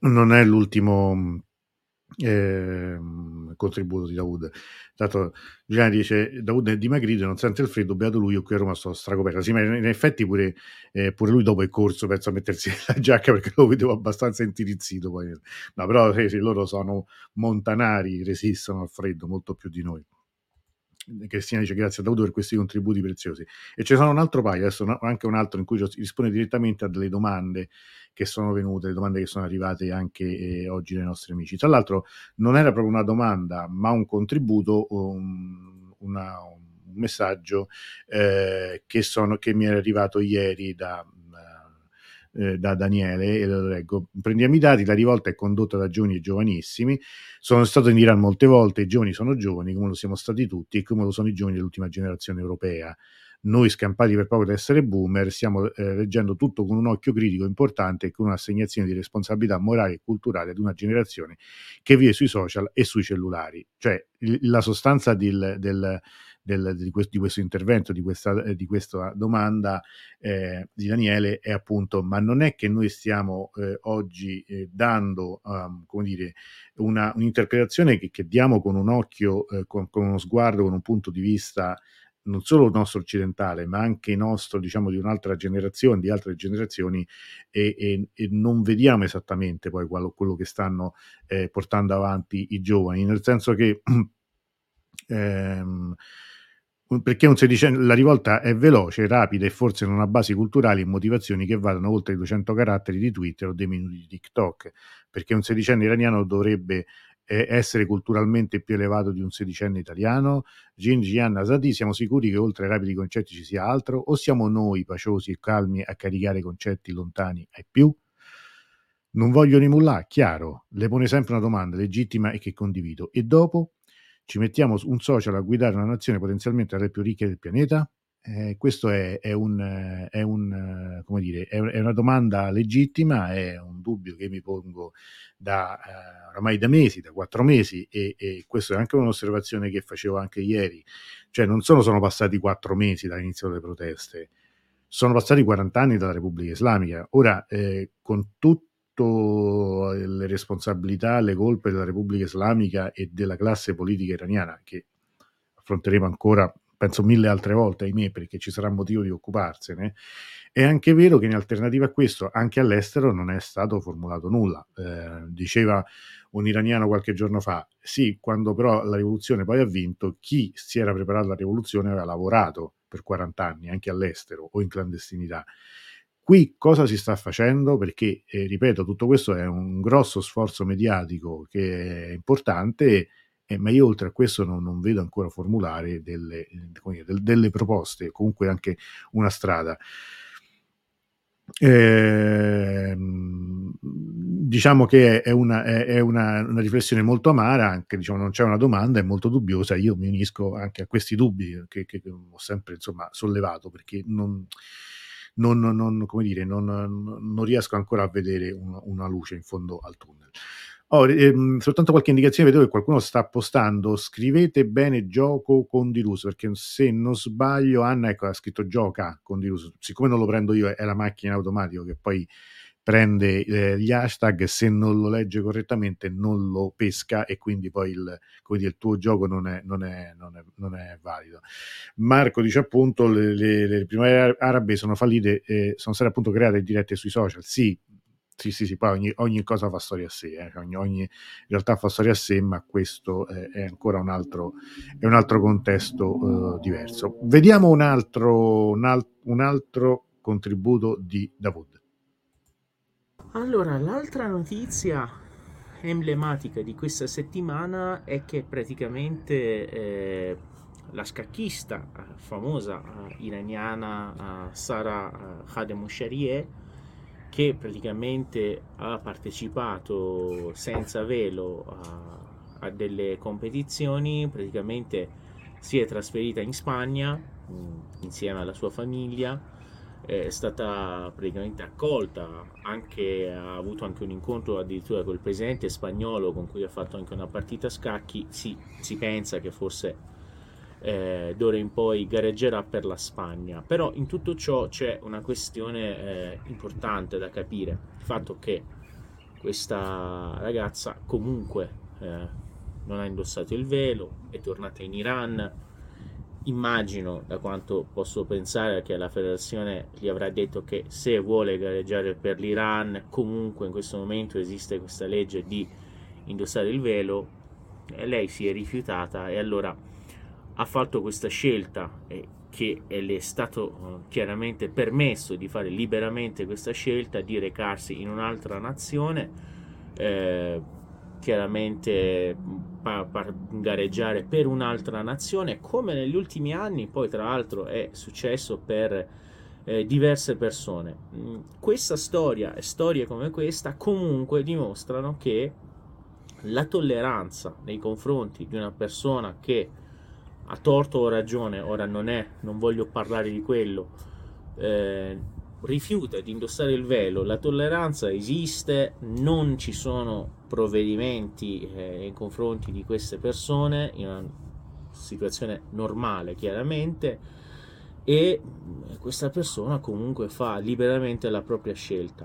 contributo di Dawood. Tanto Giuliana dice: Dawood è dimagrito, non sente il freddo, beato lui, io qui a Roma sto stracoperta. Sì, ma in effetti pure lui dopo il corso penso a mettersi la giacca, perché lo vedevo abbastanza intirizzito poi. No, però sì, loro sono montanari, resistono al freddo molto più di noi. Cristina dice: grazie a Davuto per questi contributi preziosi. E ce ne sono un altro paio, adesso anche un altro in cui risponde direttamente a delle domande che sono venute, le domande che sono arrivate anche oggi dai nostri amici. Tra l'altro non era proprio una domanda, ma un contributo, un messaggio che mi è arrivato ieri da Daniele, e lo leggo. Prendiamo i dati, la rivolta è condotta da giovani e giovanissimi. Sono stato in Iran molte volte, i giovani sono giovani, come lo siamo stati tutti e come lo sono i giovani dell'ultima generazione europea. Noi, scampati per poco da essere boomer, stiamo leggendo tutto con un occhio critico importante e con un'assegnazione di responsabilità morale e culturale ad una generazione che vive sui social e sui cellulari. Cioè, la sostanza di questo intervento, di questa domanda di Daniele è appunto: ma non è che noi stiamo oggi dando, come dire, un'interpretazione che diamo con un occhio, con uno sguardo, con un punto di vista non solo il nostro occidentale, ma anche nostro, diciamo, di un'altra generazione, di altre generazioni, e non vediamo esattamente poi quello che stanno portando avanti i giovani, nel senso che perché la rivolta è veloce, rapida e forse non ha basi culturali e motivazioni che vadano oltre i 200 caratteri di Twitter o dei minuti di TikTok, perché un sedicenne iraniano dovrebbe essere culturalmente più elevato di un sedicenne italiano. Jian Azadi, siamo sicuri che oltre ai rapidi concetti ci sia altro, o siamo noi paciosi e calmi a caricare concetti lontani ai più? Non vogliono i mullah, chiaro, le pone sempre una domanda legittima e che condivido. E dopo? Ci mettiamo un social a guidare una nazione potenzialmente tra le più ricche del pianeta? Questo è una domanda legittima, è un dubbio che mi pongo oramai da mesi, da 4 mesi, e questo è anche un'osservazione che facevo anche ieri. Cioè non sono passati 4 mesi dall'inizio delle proteste, sono passati 40 anni dalla Repubblica Islamica. Ora, con tutte le responsabilità, le colpe della Repubblica Islamica e della classe politica iraniana, che affronteremo ancora, penso, 1000 altre volte, ahimè, perché ci sarà motivo di occuparsene, è anche vero che in alternativa a questo anche all'estero non è stato formulato nulla. Diceva un iraniano qualche giorno fa: sì, quando però la rivoluzione poi ha vinto, chi si era preparato alla rivoluzione aveva lavorato per 40 anni anche all'estero o in clandestinità. Qui cosa si sta facendo? Perché, ripeto, tutto questo è un grosso sforzo mediatico che è importante, ma io oltre a questo non vedo ancora formulare delle proposte, comunque anche una strada. Diciamo che è una riflessione molto amara, anche, diciamo, non c'è una domanda, è molto dubbiosa. Io mi unisco anche a questi dubbi che ho sempre, insomma, sollevato, perché non riesco ancora a vedere una luce in fondo al tunnel. Soltanto qualche indicazione, vedo che qualcuno sta postando: scrivete bene gioco condiluso, perché se non sbaglio Anna, ecco, ha scritto gioca condiluso. Siccome non lo prendo io, è la macchina in automatico che poi prende gli hashtag, se non lo legge correttamente non lo pesca, e quindi poi il tuo gioco non è valido. Marco dice appunto le primavere arabe sono fallite, sono state appunto create dirette sui social. Sì, poi ogni cosa fa storia a sé, ogni realtà fa storia a sé, ma questo è ancora un altro contesto diverso. Vediamo un altro contributo di Davud. Allora, l'altra notizia emblematica di questa settimana è che praticamente la scacchista famosa iraniana Sara Khademoucharieh, che praticamente ha partecipato senza velo a delle competizioni. Praticamente si è trasferita in Spagna insieme alla sua famiglia, è stata praticamente accolta, anche, ha avuto anche un incontro addirittura col presidente spagnolo con cui ha fatto anche una partita a scacchi. Si pensa che forse d'ora in poi gareggerà per la Spagna, però in tutto ciò c'è una questione importante da capire: il fatto che questa ragazza comunque non ha indossato il velo, è tornata in Iran. Immagino, da quanto posso pensare, che la federazione gli avrà detto che se vuole gareggiare per l'Iran, comunque in questo momento esiste questa legge di indossare il velo, e lei si è rifiutata, e allora ha fatto questa scelta, che le è stato chiaramente permesso di fare liberamente questa scelta di recarsi in un'altra nazione, chiaramente gareggiare per un'altra nazione, come negli ultimi anni poi tra l'altro è successo per diverse persone. Questa storia e storie come questa comunque dimostrano che la tolleranza nei confronti di una persona che, a torto o ragione, ora non voglio parlare di quello, rifiuta di indossare il velo, la tolleranza esiste, non ci sono provvedimenti nei confronti di queste persone in una situazione normale, chiaramente, e questa persona comunque fa liberamente la propria scelta.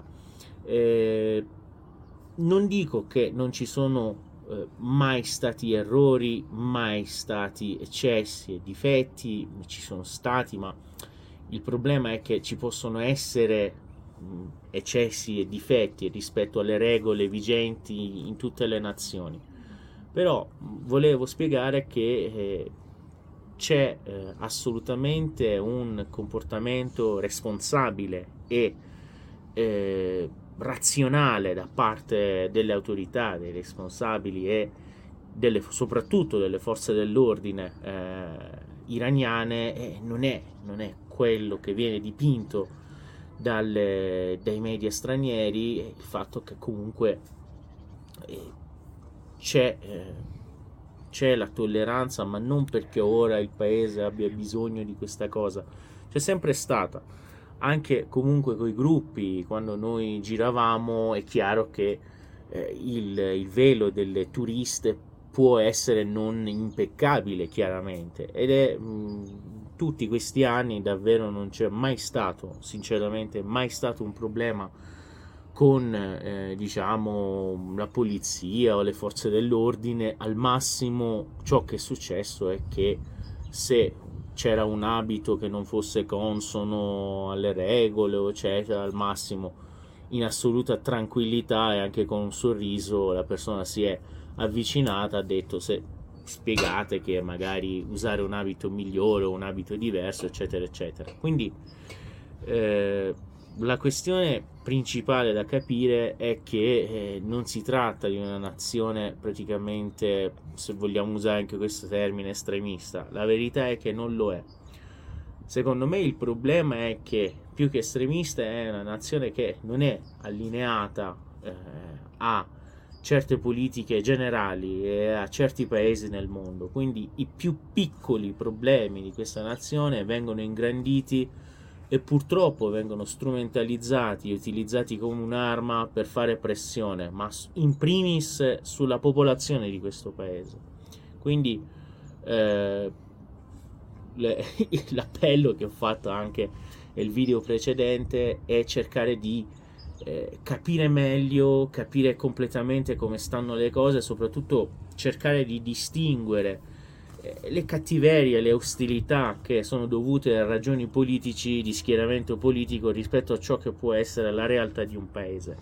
Non dico che non ci sono mai stati errori, mai stati eccessi e difetti, ci sono stati, ma il problema è che ci possono essere eccessi e difetti rispetto alle regole vigenti in tutte le nazioni. Però volevo spiegare che c'è assolutamente un comportamento responsabile e razionale da parte delle autorità, dei responsabili e soprattutto delle forze dell'ordine iraniane, e non è quello che viene dipinto dai media stranieri, il fatto che comunque c'è la tolleranza, ma non perché ora il paese abbia bisogno di questa cosa, c'è sempre stata. Anche comunque coi gruppi, quando noi giravamo, è chiaro che il velo delle turiste può essere non impeccabile, chiaramente, ed è tutti questi anni davvero non c'è mai stato, sinceramente, mai stato un problema con diciamo la polizia o le forze dell'ordine. Al massimo ciò che è successo è che se c'era un abito che non fosse consono alle regole o eccetera, al massimo in assoluta tranquillità e anche con un sorriso la persona si è avvicinata, ha detto: se spiegate che magari usare un abito migliore o un abito diverso, eccetera eccetera. Quindi la questione principale da capire è che non si tratta di una nazione praticamente, se vogliamo usare anche questo termine, estremista. La verità è che non lo è. Secondo me il problema è che più che estremista è una nazione che non è allineata a certe politiche generali e a certi paesi nel mondo. Quindi i più piccoli problemi di questa nazione vengono ingranditi e purtroppo vengono strumentalizzati e utilizzati come un'arma per fare pressione, ma in primis sulla popolazione di questo paese. Quindi l'appello che ho fatto anche nel video precedente è cercare di capire meglio, capire completamente come stanno le cose, e soprattutto cercare di distinguere le cattiverie, le ostilità che sono dovute a ragioni politici, di schieramento politico, rispetto a ciò che può essere la realtà di un paese.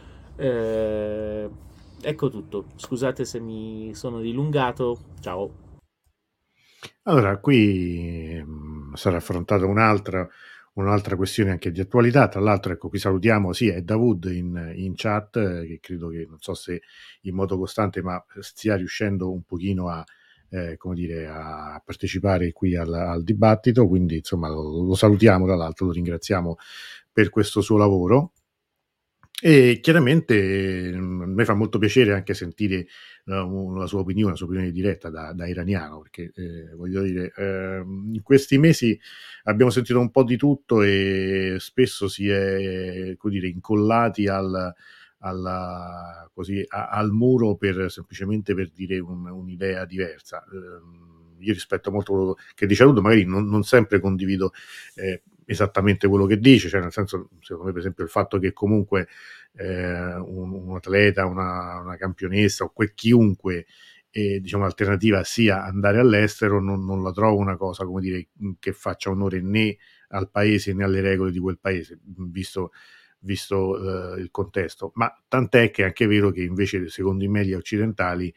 Ecco tutto, scusate se mi sono dilungato, ciao. Allora, qui sarà affrontata un'altra questione anche di attualità. Tra l'altro, ecco, qui salutiamo, sì, è Davud in chat, che credo che, non so se in modo costante, ma stia riuscendo un pochino a come dire, a partecipare qui al dibattito, quindi insomma lo salutiamo, tra l'altro lo ringraziamo per questo suo lavoro. E chiaramente a me fa molto piacere anche sentire la sua opinione diretta da iraniano, perché voglio dire, in questi mesi abbiamo sentito un po' di tutto e spesso si è, come dire, incollati al muro semplicemente per dire un'idea diversa. Io rispetto molto quello che dice Aldo, magari non sempre condivido esattamente quello che dice, cioè nel senso, secondo me per esempio il fatto che comunque un atleta, una campionessa o chiunque diciamo l'alternativa sia andare all'estero, non la trovo una cosa, come dire, che faccia onore né al paese né alle regole di quel paese, visto il contesto. Ma tant'è che è anche vero che invece secondo i media occidentali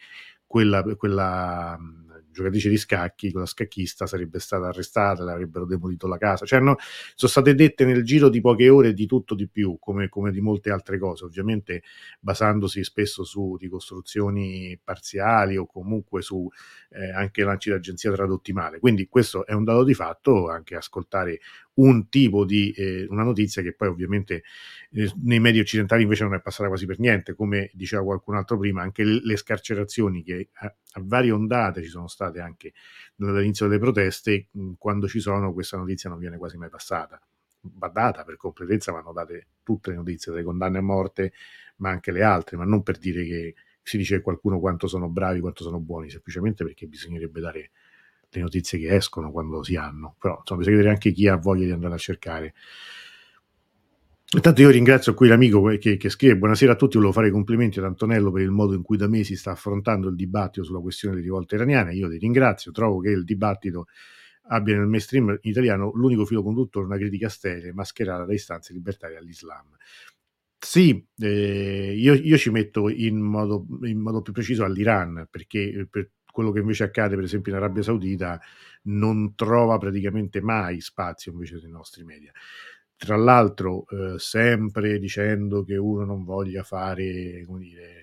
quella giocatrice di scacchi, quella scacchista, sarebbe stata arrestata, le avrebbero demolito la casa, cioè sono state dette nel giro di poche ore di tutto di più, come di molte altre cose, ovviamente basandosi spesso su ricostruzioni parziali o comunque su anche lanci d'agenzia tradotti male. Quindi questo è un dato di fatto, anche ascoltare un tipo di una notizia che poi ovviamente nei media occidentali invece non è passata quasi per niente, come diceva qualcun altro prima, anche le scarcerazioni che a varie ondate ci sono state anche dall'inizio delle proteste, quando ci sono questa notizia non viene quasi mai passata. Va data per completezza, vanno date tutte le notizie, dalle condanne a morte, ma anche le altre, ma non per dire che si dice qualcuno quanto sono bravi, quanto sono buoni, semplicemente perché bisognerebbe dare le notizie che escono quando si hanno, però insomma bisogna vedere anche chi ha voglia di andare a cercare. Intanto io ringrazio qui l'amico che scrive: buonasera a tutti, volevo fare i complimenti ad Antonello per il modo in cui da mesi sta affrontando il dibattito sulla questione delle rivolte iraniane. Io ti ringrazio, trovo che il dibattito abbia nel mainstream italiano l'unico filo conduttore, una critica sterile mascherata da istanze libertarie all'Islam. Sì, io ci metto in modo più preciso all'Iran, perché per quello che invece accade per esempio in Arabia Saudita non trova praticamente mai spazio invece nei nostri media. Tra l'altro sempre dicendo che uno non voglia fare, come dire,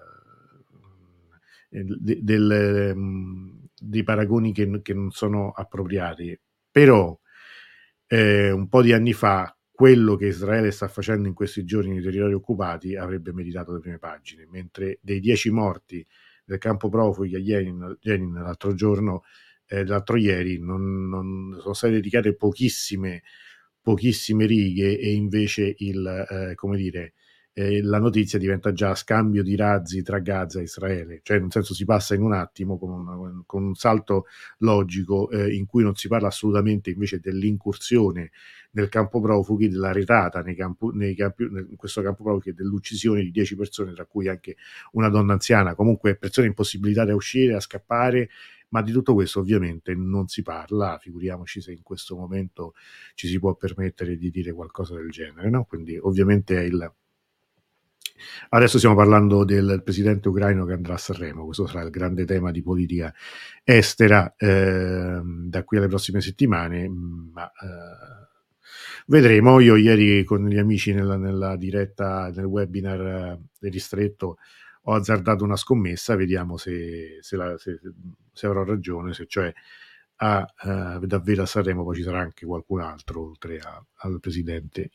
dei paragoni che non sono appropriati, però un po' di anni fa quello che Israele sta facendo in questi giorni nei territori occupati avrebbe meritato le prime pagine, mentre dei 10 morti del campo profughi a Jenin l'altro ieri non sono state dedicate pochissime righe, e invece come dire, la notizia diventa già scambio di razzi tra Gaza e Israele, cioè nel senso si passa in un attimo con un salto logico in cui non si parla assolutamente invece dell'incursione nel campo profughi, della retata in questo campo profughi, dell'uccisione di 10 persone, tra cui anche una donna anziana, comunque persone impossibilitate a uscire, a scappare, ma di tutto questo ovviamente non si parla, figuriamoci se in questo momento ci si può permettere di dire qualcosa del genere, no? Quindi ovviamente adesso stiamo parlando del presidente ucraino che andrà a Sanremo, questo sarà il grande tema di politica estera da qui alle prossime settimane, ma vedremo. Io ieri con gli amici nella diretta, nel webinar del ristretto, ho azzardato una scommessa, vediamo se avrò ragione, se cioè davvero a Sanremo poi ci sarà anche qualcun altro oltre al presidente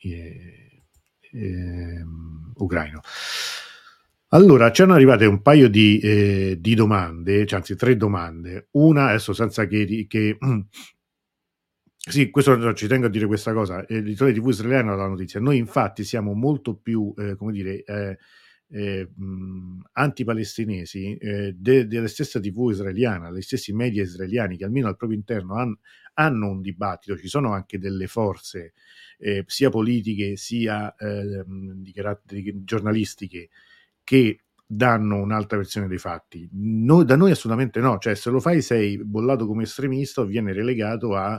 ucraino. Allora, ci hanno arrivate un paio di domande, cioè, anzi 3 domande. Una, adesso senza che sì, questo ci tengo a dire questa cosa, l'editore TV israeliano ha la notizia. Noi infatti siamo molto più, come dire, antipalestinesi della stessa TV israeliana, degli stessi media israeliani che almeno al proprio interno hanno un dibattito, ci sono anche delle forze sia politiche sia di carattere giornalistiche che danno un'altra versione dei fatti. Da noi assolutamente no, cioè se lo fai sei bollato come estremista o viene relegato a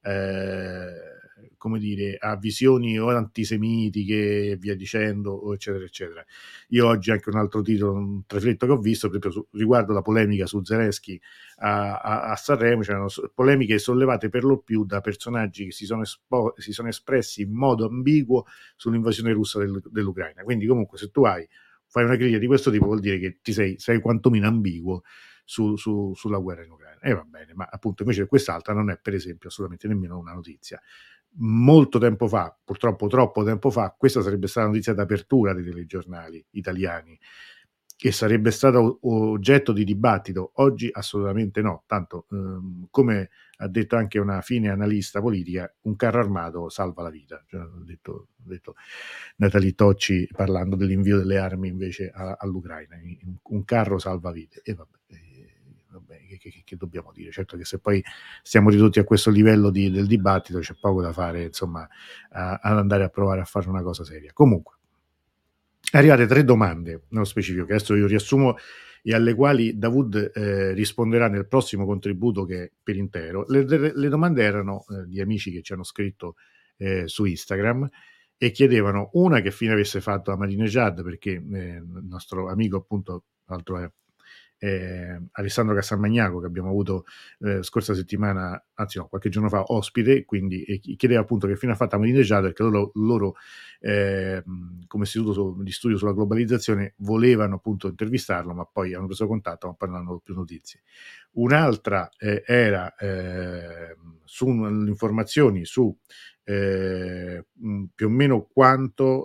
come dire, a visioni o antisemitiche e via dicendo, eccetera eccetera. Io oggi anche un altro titolo, un trafletto che ho visto proprio riguardo la polemica su Zelensky a Sanremo, c'erano polemiche sollevate per lo più da personaggi che si sono espressi in modo ambiguo sull'invasione russa dell'Ucraina. Quindi comunque se tu fai una critica di questo tipo vuol dire che sei quantomeno ambiguo sulla guerra in Ucraina. E va bene, ma appunto invece quest'altra non è per esempio assolutamente nemmeno una notizia. Molto tempo fa, purtroppo troppo tempo fa, questa sarebbe stata la notizia d'apertura dei telegiornali italiani e sarebbe stato oggetto di dibattito. Oggi assolutamente no, tanto come ha detto anche una fine analista politica, un carro armato salva la vita, cioè, ha detto Natalie Tocci parlando dell'invio delle armi invece all'Ucraina, un carro salva vite. E vabbè, che dobbiamo dire? Certo che se poi siamo ridotti a questo livello del dibattito c'è poco da fare, insomma, ad andare a provare a fare una cosa seria. Comunque, arrivate 3 domande nello specifico, che adesso io riassumo e alle quali Davud risponderà nel prossimo contributo che è per intero. Le domande erano di amici che ci hanno scritto su Instagram e chiedevano una che fine avesse fatto Ahmadinejad, perché il nostro amico appunto, l'altro è Alessandro Castelmagnaco, che abbiamo avuto scorsa settimana, anzi no, qualche giorno fa ospite, quindi chiedeva appunto che fine ha fatto Ahmadinejad, perché loro come istituto di studio sulla globalizzazione volevano appunto intervistarlo, ma poi hanno preso contatto, ma poi non hanno più notizie. Un'altra era sulle informazioni su più o meno quanto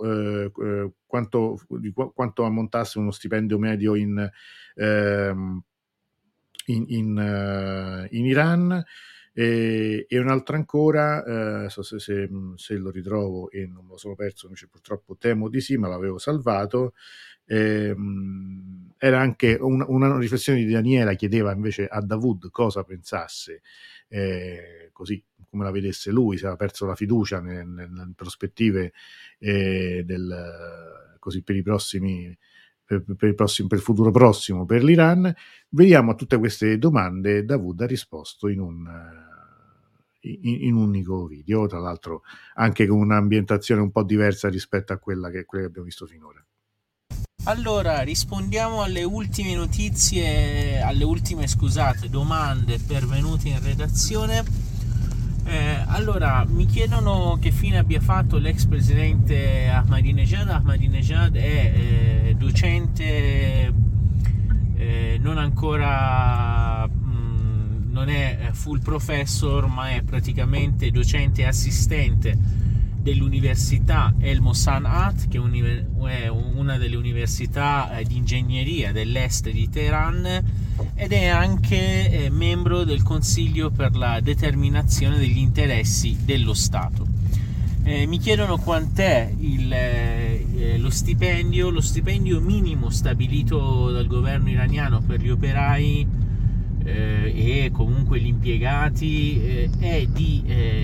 ammontasse uno stipendio medio in Iran, e un'altra ancora, so se lo ritrovo e non me lo sono perso, invece purtroppo temo di sì, ma l'avevo salvato. Era anche una riflessione di Daniela, chiedeva invece a Davud cosa pensasse, così come la vedesse lui, se aveva perso la fiducia nelle prospettive così per i prossimi per il futuro prossimo per l'Iran. Vediamo a tutte queste domande Davud ha risposto in un unico video, tra l'altro anche con un'ambientazione un po' diversa rispetto a quella che abbiamo visto finora. Allora, rispondiamo alle ultime notizie, domande pervenute in redazione. Allora, mi chiedono che fine abbia fatto l'ex presidente Ahmadinejad. Ahmadinejad è docente, non ancora, non è full professor, ma è praticamente docente assistente dell'università El Mosanat, che è una delle università di ingegneria dell'est di Teheran, ed è anche membro del Consiglio per la determinazione degli interessi dello Stato. Mi chiedono quant'è lo stipendio minimo stabilito dal governo iraniano per gli operai e comunque gli impiegati è di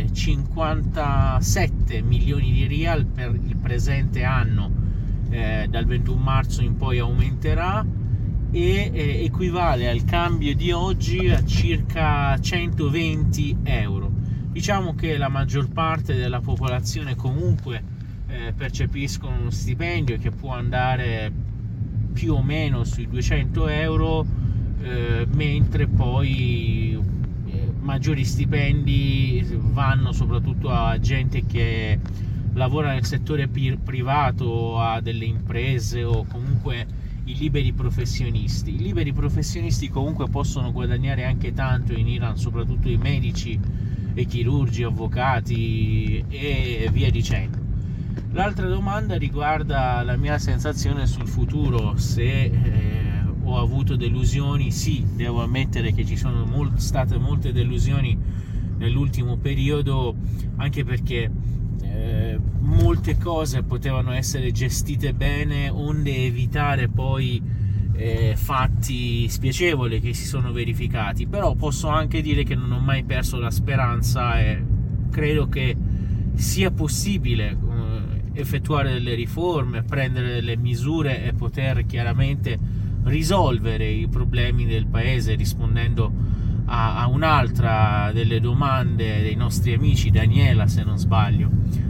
57 milioni di rial per il presente anno, dal 21 marzo in poi aumenterà, e equivale al cambio di oggi a circa 120 euro. Diciamo che la maggior parte della popolazione comunque percepiscono uno stipendio che può andare più o meno sui 200 euro, mentre poi maggiori stipendi vanno soprattutto a gente che lavora nel settore privato, a delle imprese o comunque i liberi professionisti. I liberi professionisti comunque possono guadagnare anche tanto in Iran, soprattutto i medici e chirurgi, avvocati e via dicendo. L'altra domanda riguarda la mia sensazione sul futuro, se ho avuto delusioni. Sì, devo ammettere che ci sono state molte delusioni nell'ultimo periodo, anche perché molte cose potevano essere gestite bene, onde evitare poi fatti spiacevoli che si sono verificati. Però posso anche dire che non ho mai perso la speranza e credo che sia possibile effettuare delle riforme, prendere delle misure e poter chiaramente risolvere i problemi del paese, rispondendo a un'altra delle domande dei nostri amici, Daniela se non sbaglio.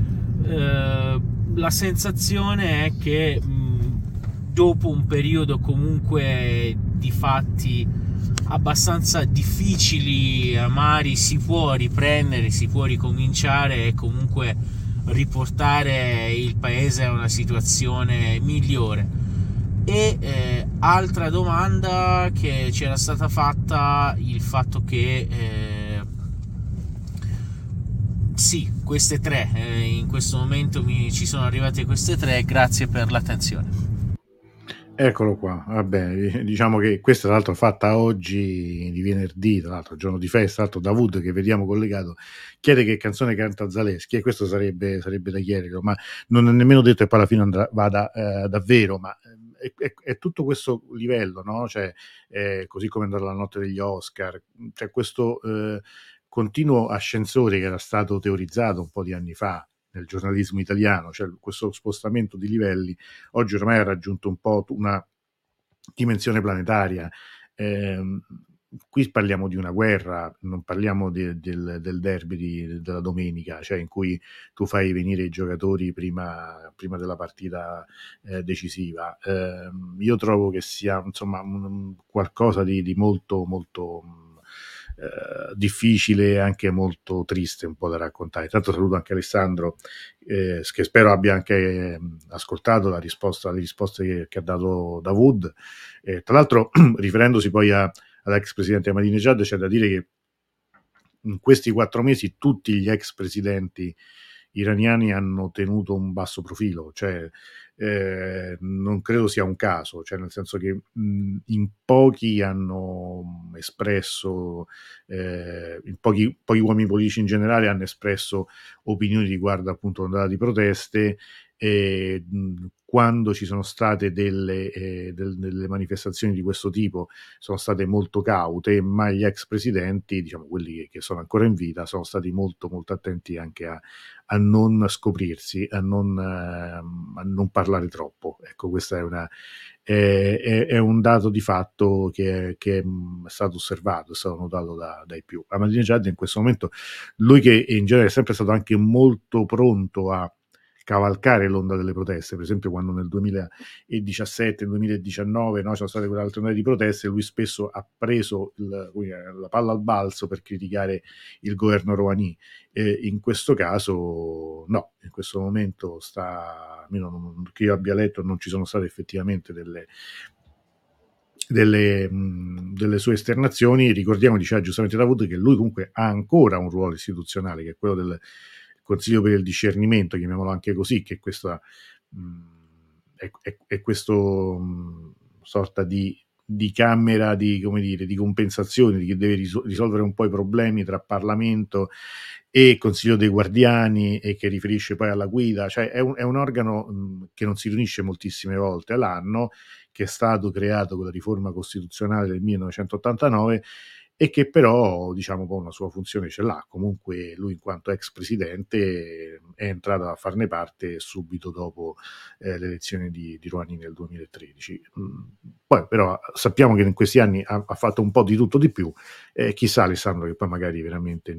La sensazione è che dopo un periodo comunque di fatti abbastanza difficili, amari, si può riprendere, si può ricominciare e comunque riportare il paese a una situazione migliore. E altra domanda che ci era stata fatta, il fatto che sì, queste tre, in questo momento ci sono arrivate queste tre, grazie per l'attenzione. Eccolo qua, vabbè, diciamo che questa tra l'altro fatta oggi di venerdì, tra l'altro giorno di festa, tra l'altro Davud che vediamo collegato, chiede che canzone canta Zaleschi e questo sarebbe da chiederlo, ma non è nemmeno detto che poi alla fine vada davvero, ma è tutto questo livello, no? Cioè, così come andare alla notte degli Oscar, c'è questo continuo ascensore che era stato teorizzato un po' di anni fa nel giornalismo italiano, cioè questo spostamento di livelli oggi ormai ha raggiunto un po' una dimensione planetaria. Ehm, Qui parliamo di una guerra, non parliamo del derby della domenica, cioè in cui tu fai venire i giocatori prima della partita decisiva. Io trovo che sia insomma qualcosa di molto molto difficile e anche molto triste un po' da raccontare. Tanto saluto anche Alessandro che spero abbia anche ascoltato le risposte che ha dato Davud. Tra l'altro, riferendosi poi all'ex presidente Ahmadinejad, c'è da dire che in questi 4 mesi tutti gli ex presidenti iraniani hanno tenuto un basso profilo, cioè non credo sia un caso, cioè nel senso che in pochi hanno espresso, in pochi uomini politici in generale hanno espresso opinioni riguardo appunto l'ondata di proteste e quando ci sono state delle manifestazioni di questo tipo sono state molto caute, ma gli ex presidenti, diciamo quelli che sono ancora in vita, sono stati molto molto attenti anche a non scoprirsi, a non parlare troppo. Ecco, questa è un dato di fatto che è stato osservato, è stato notato dai più. Ahmadinejad in questo momento, lui che in genere è sempre stato anche molto pronto a cavalcare l'onda delle proteste, per esempio quando nel 2017, 2019 no, c'erano state quelle altre ondate di proteste, lui spesso ha preso la palla al balzo per criticare il governo Rouhani. In questo caso no, in questo momento almeno che io abbia letto, non ci sono state effettivamente delle sue esternazioni. Ricordiamo, diceva giustamente Davud, che lui comunque ha ancora un ruolo istituzionale, che è quello del Consiglio per il discernimento, chiamiamolo anche così, che è questo sorta di camera come dire, di compensazione, di chi deve risolvere un po' i problemi tra Parlamento e Consiglio dei Guardiani e che riferisce poi alla guida, cioè è un organo che non si riunisce moltissime volte all'anno, che è stato creato con la riforma costituzionale del 1989 e che però diciamo poi una sua funzione ce l'ha. Comunque lui in quanto ex presidente è entrato a farne parte subito dopo le elezioni di Rouhani nel 2013. Poi però sappiamo che in questi anni ha fatto un po' di tutto di più, chissà Alessandro che poi magari veramente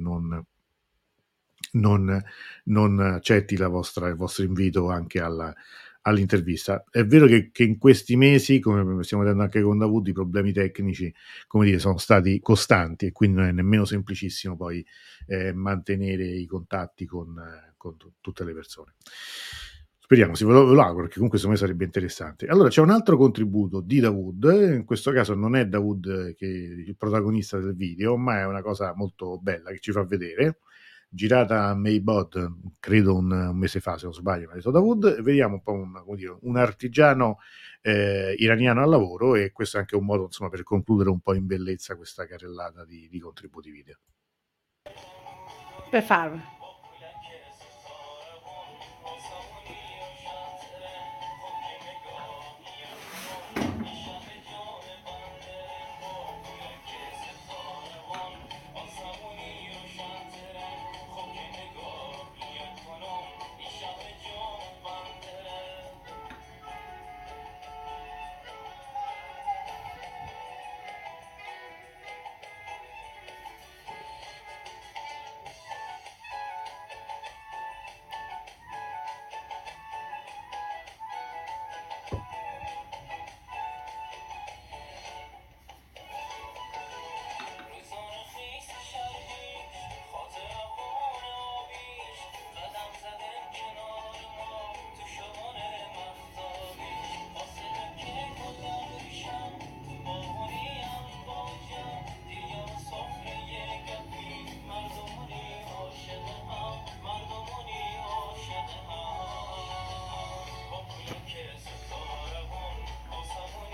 non accetti il vostro invito anche all'intervista. È vero che in questi mesi, come stiamo vedendo anche con Davud, i problemi tecnici, come dire, sono stati costanti e quindi non è nemmeno semplicissimo poi mantenere i contatti con tutte le persone. Speriamo, ve lo auguro, perché comunque secondo me sarebbe interessante. Allora, c'è un altro contributo di Davud, in questo caso non è Davud che il protagonista del video, ma è una cosa molto bella che ci fa vedere, girata a Maybot, credo un mese fa, se non sbaglio, mi ha detto Davud. Vediamo un po' un artigiano iraniano al lavoro, e questo è anche un modo insomma per concludere un po' in bellezza questa carrellata di contributi video. بفرمایید.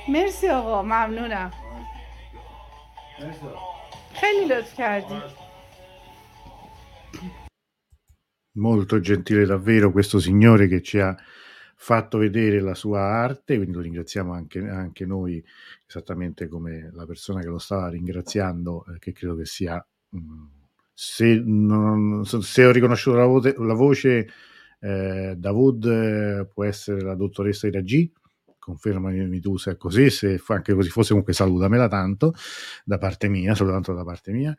مرسی آقا، ممنونم. خیلی لطف کردی. Molto gentile davvero questo signore che ci ha fatto vedere la sua arte, quindi lo ringraziamo anche noi, esattamente come la persona che lo stava ringraziando, che credo che sia, se ho riconosciuto la voce, Davud, può essere la dottoressa Ira G. Confermami tu se è così, se anche così fosse, comunque salutamela tanto da parte mia, soltanto da parte mia.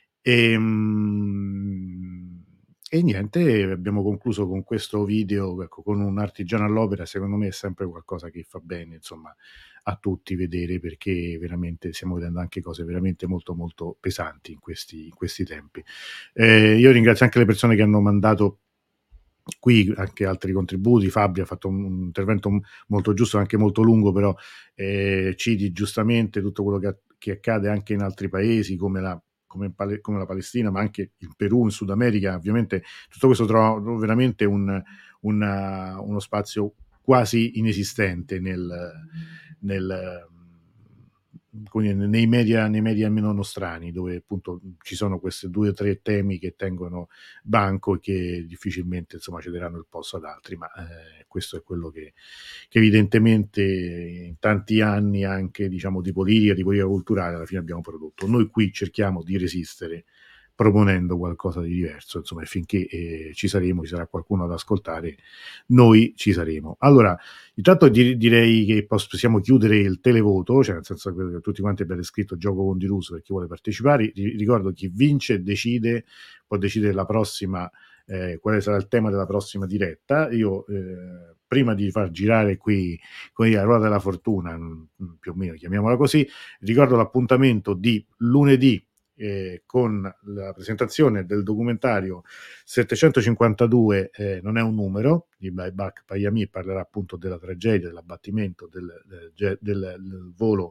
E niente, abbiamo concluso con questo video, ecco, con un artigiano all'opera. Secondo me è sempre qualcosa che fa bene, insomma, a tutti vedere, perché veramente stiamo vedendo anche cose veramente molto molto pesanti in questi tempi. Io ringrazio anche le persone che hanno mandato qui anche altri contributi. Fabio ha fatto un intervento molto giusto, anche molto lungo, però citi giustamente tutto quello che accade anche in altri paesi come la Palestina, ma anche il Perù, in Sud America. Ovviamente tutto questo trova veramente uno spazio quasi inesistente nei media meno nostrani, dove appunto ci sono questi 2 o 3 temi che tengono banco e che difficilmente, insomma, cederanno il posto ad altri, ma questo è quello che evidentemente in tanti anni anche, diciamo, di politica culturale alla fine abbiamo prodotto. Noi qui cerchiamo di resistere proponendo qualcosa di diverso, insomma, e finché ci sarà qualcuno ad ascoltare, noi ci saremo. Allora, intanto direi che possiamo chiudere il televoto, cioè nel senso che tutti quanti abbiate scritto gioco con Diruso per chi vuole partecipare. Ricordo, chi vince può decidere la prossima, quale sarà il tema della prossima diretta. Io prima di far girare qui la ruota della fortuna, più o meno chiamiamola così, ricordo l'appuntamento di lunedì con la presentazione del documentario 752, non è un numero, di Baibak Payami. Parlerà appunto della tragedia, dell'abbattimento del volo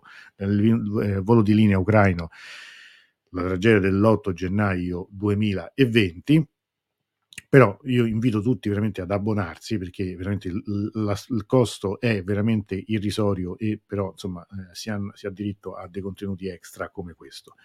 di linea ucraino, la tragedia dell'8 gennaio 2020. Però io invito tutti veramente ad abbonarsi, perché veramente il costo è veramente irrisorio, e però insomma si ha diritto a dei contenuti extra come questo.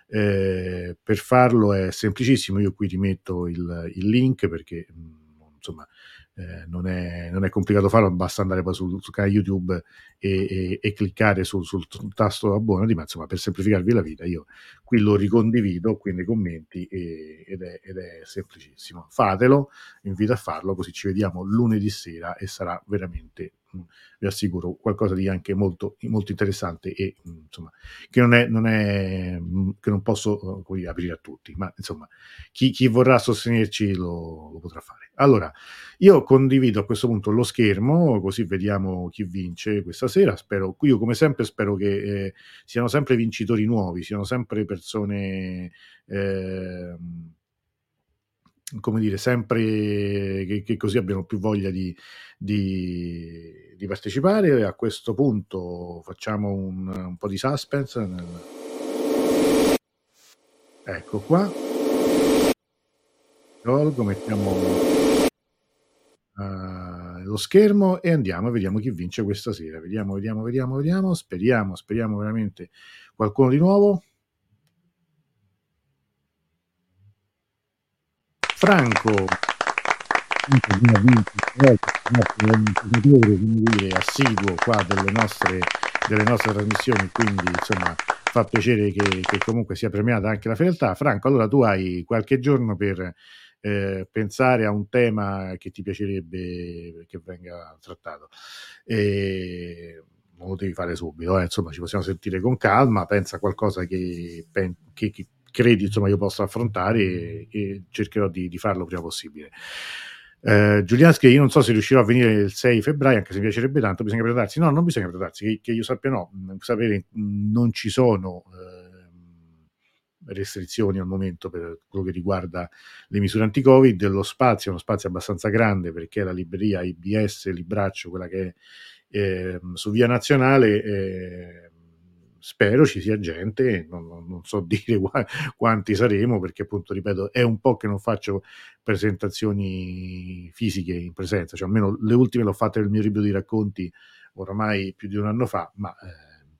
Per farlo è semplicissimo, io qui rimetto il link, perché insomma non è complicato farlo, basta andare poi sul canale YouTube e cliccare sul tasto abbonati, ma insomma, per semplificarvi la vita io qui lo ricondivido qui nei commenti, ed è semplicissimo. Fatelo, invito a farlo, così ci vediamo lunedì sera e sarà veramente, vi assicuro, qualcosa di anche molto, molto interessante, e insomma che che non posso aprire a tutti, ma insomma chi vorrà sostenerci lo potrà fare. Allora, io condivido a questo punto lo schermo, così vediamo chi vince questa sera. Io come sempre spero che siano sempre vincitori nuovi, siano sempre persone, come dire, sempre che così abbiano più voglia di partecipare. A questo punto facciamo un po' di suspense. Ecco qua, mettiamo lo schermo e andiamo e vediamo chi vince questa sera. Vediamo. Speriamo veramente qualcuno di nuovo. Franco, assiduo qua delle nostre trasmissioni, quindi insomma fa piacere che comunque sia premiata anche la fedeltà. Franco, allora tu hai qualche giorno per pensare a un tema che ti piacerebbe che venga trattato, non lo devi fare subito, insomma ci possiamo sentire con calma. Pensa a qualcosa che credi, insomma, io posso affrontare, e cercherò di farlo prima possibile. Giulianski, io non so se riuscirò a venire il 6 febbraio, anche se mi piacerebbe tanto. Bisogna prepararsi? No, non bisogna prepararsi, che io sappia no. Sapere, non ci sono restrizioni al momento per quello che riguarda le misure anti-Covid. Lo spazio è uno spazio abbastanza grande, perché la libreria IBS Libraccio, quella che è su Via Nazionale, spero ci sia gente, non so dire quanti saremo, perché appunto, ripeto, è un po' che non faccio presentazioni fisiche in presenza, cioè almeno le ultime l'ho fatte nel mio libro di racconti oramai più di un anno fa, ma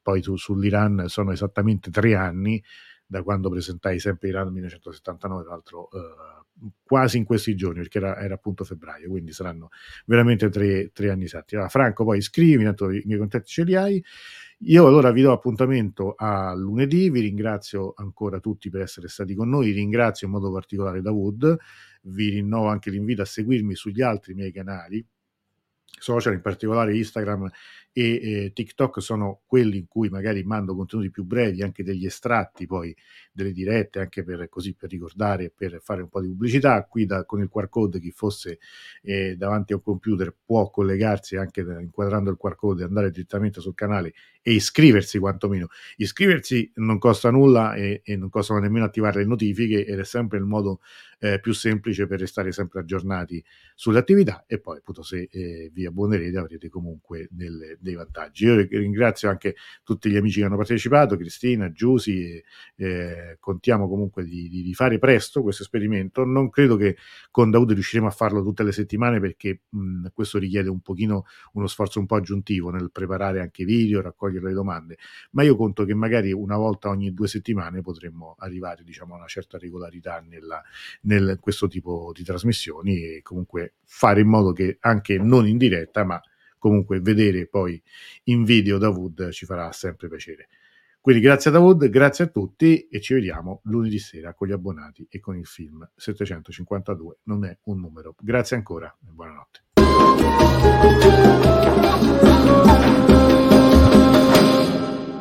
poi sull'Iran sono esattamente 3 anni da quando presentai sempre Iran 1979, tra l'altro quasi in questi giorni, perché era appunto febbraio, quindi saranno veramente 3 anni esatti. Allora, Franco, poi scrivi, tanto i miei contatti ce li hai. Io allora vi do appuntamento a lunedì, vi ringrazio ancora tutti per essere stati con noi, ringrazio in modo particolare Dawood, vi rinnovo anche l'invito a seguirmi sugli altri miei canali social, in particolare Instagram e TikTok sono quelli in cui magari mando contenuti più brevi, anche degli estratti poi delle dirette, anche per ricordare, per fare un po' di pubblicità. Qui con il QR code chi fosse davanti a un computer può collegarsi anche inquadrando il QR code e andare direttamente sul canale e iscriversi, quantomeno iscriversi non costa nulla e non costano nemmeno attivare le notifiche, ed è sempre il modo più semplice per restare sempre aggiornati sulle attività, e poi appunto se vi abbonerete avrete comunque dei vantaggi. Io ringrazio anche tutti gli amici che hanno partecipato, Cristina, Giusy, contiamo comunque di fare presto questo esperimento. Non credo che con Dawood riusciremo a farlo tutte le settimane, perché questo richiede un pochino uno sforzo un po' aggiuntivo nel preparare anche video, raccogliere le domande, ma io conto che magari una volta ogni 2 settimane potremmo arrivare, diciamo, a una certa regolarità nel questo tipo di trasmissioni, e comunque fare in modo che anche non in diretta, ma comunque vedere poi in video Dawood ci farà sempre piacere. Quindi grazie a Dawood, grazie a tutti, e ci vediamo lunedì sera con gli abbonati e con il film 752 non è un numero. Grazie ancora e buonanotte.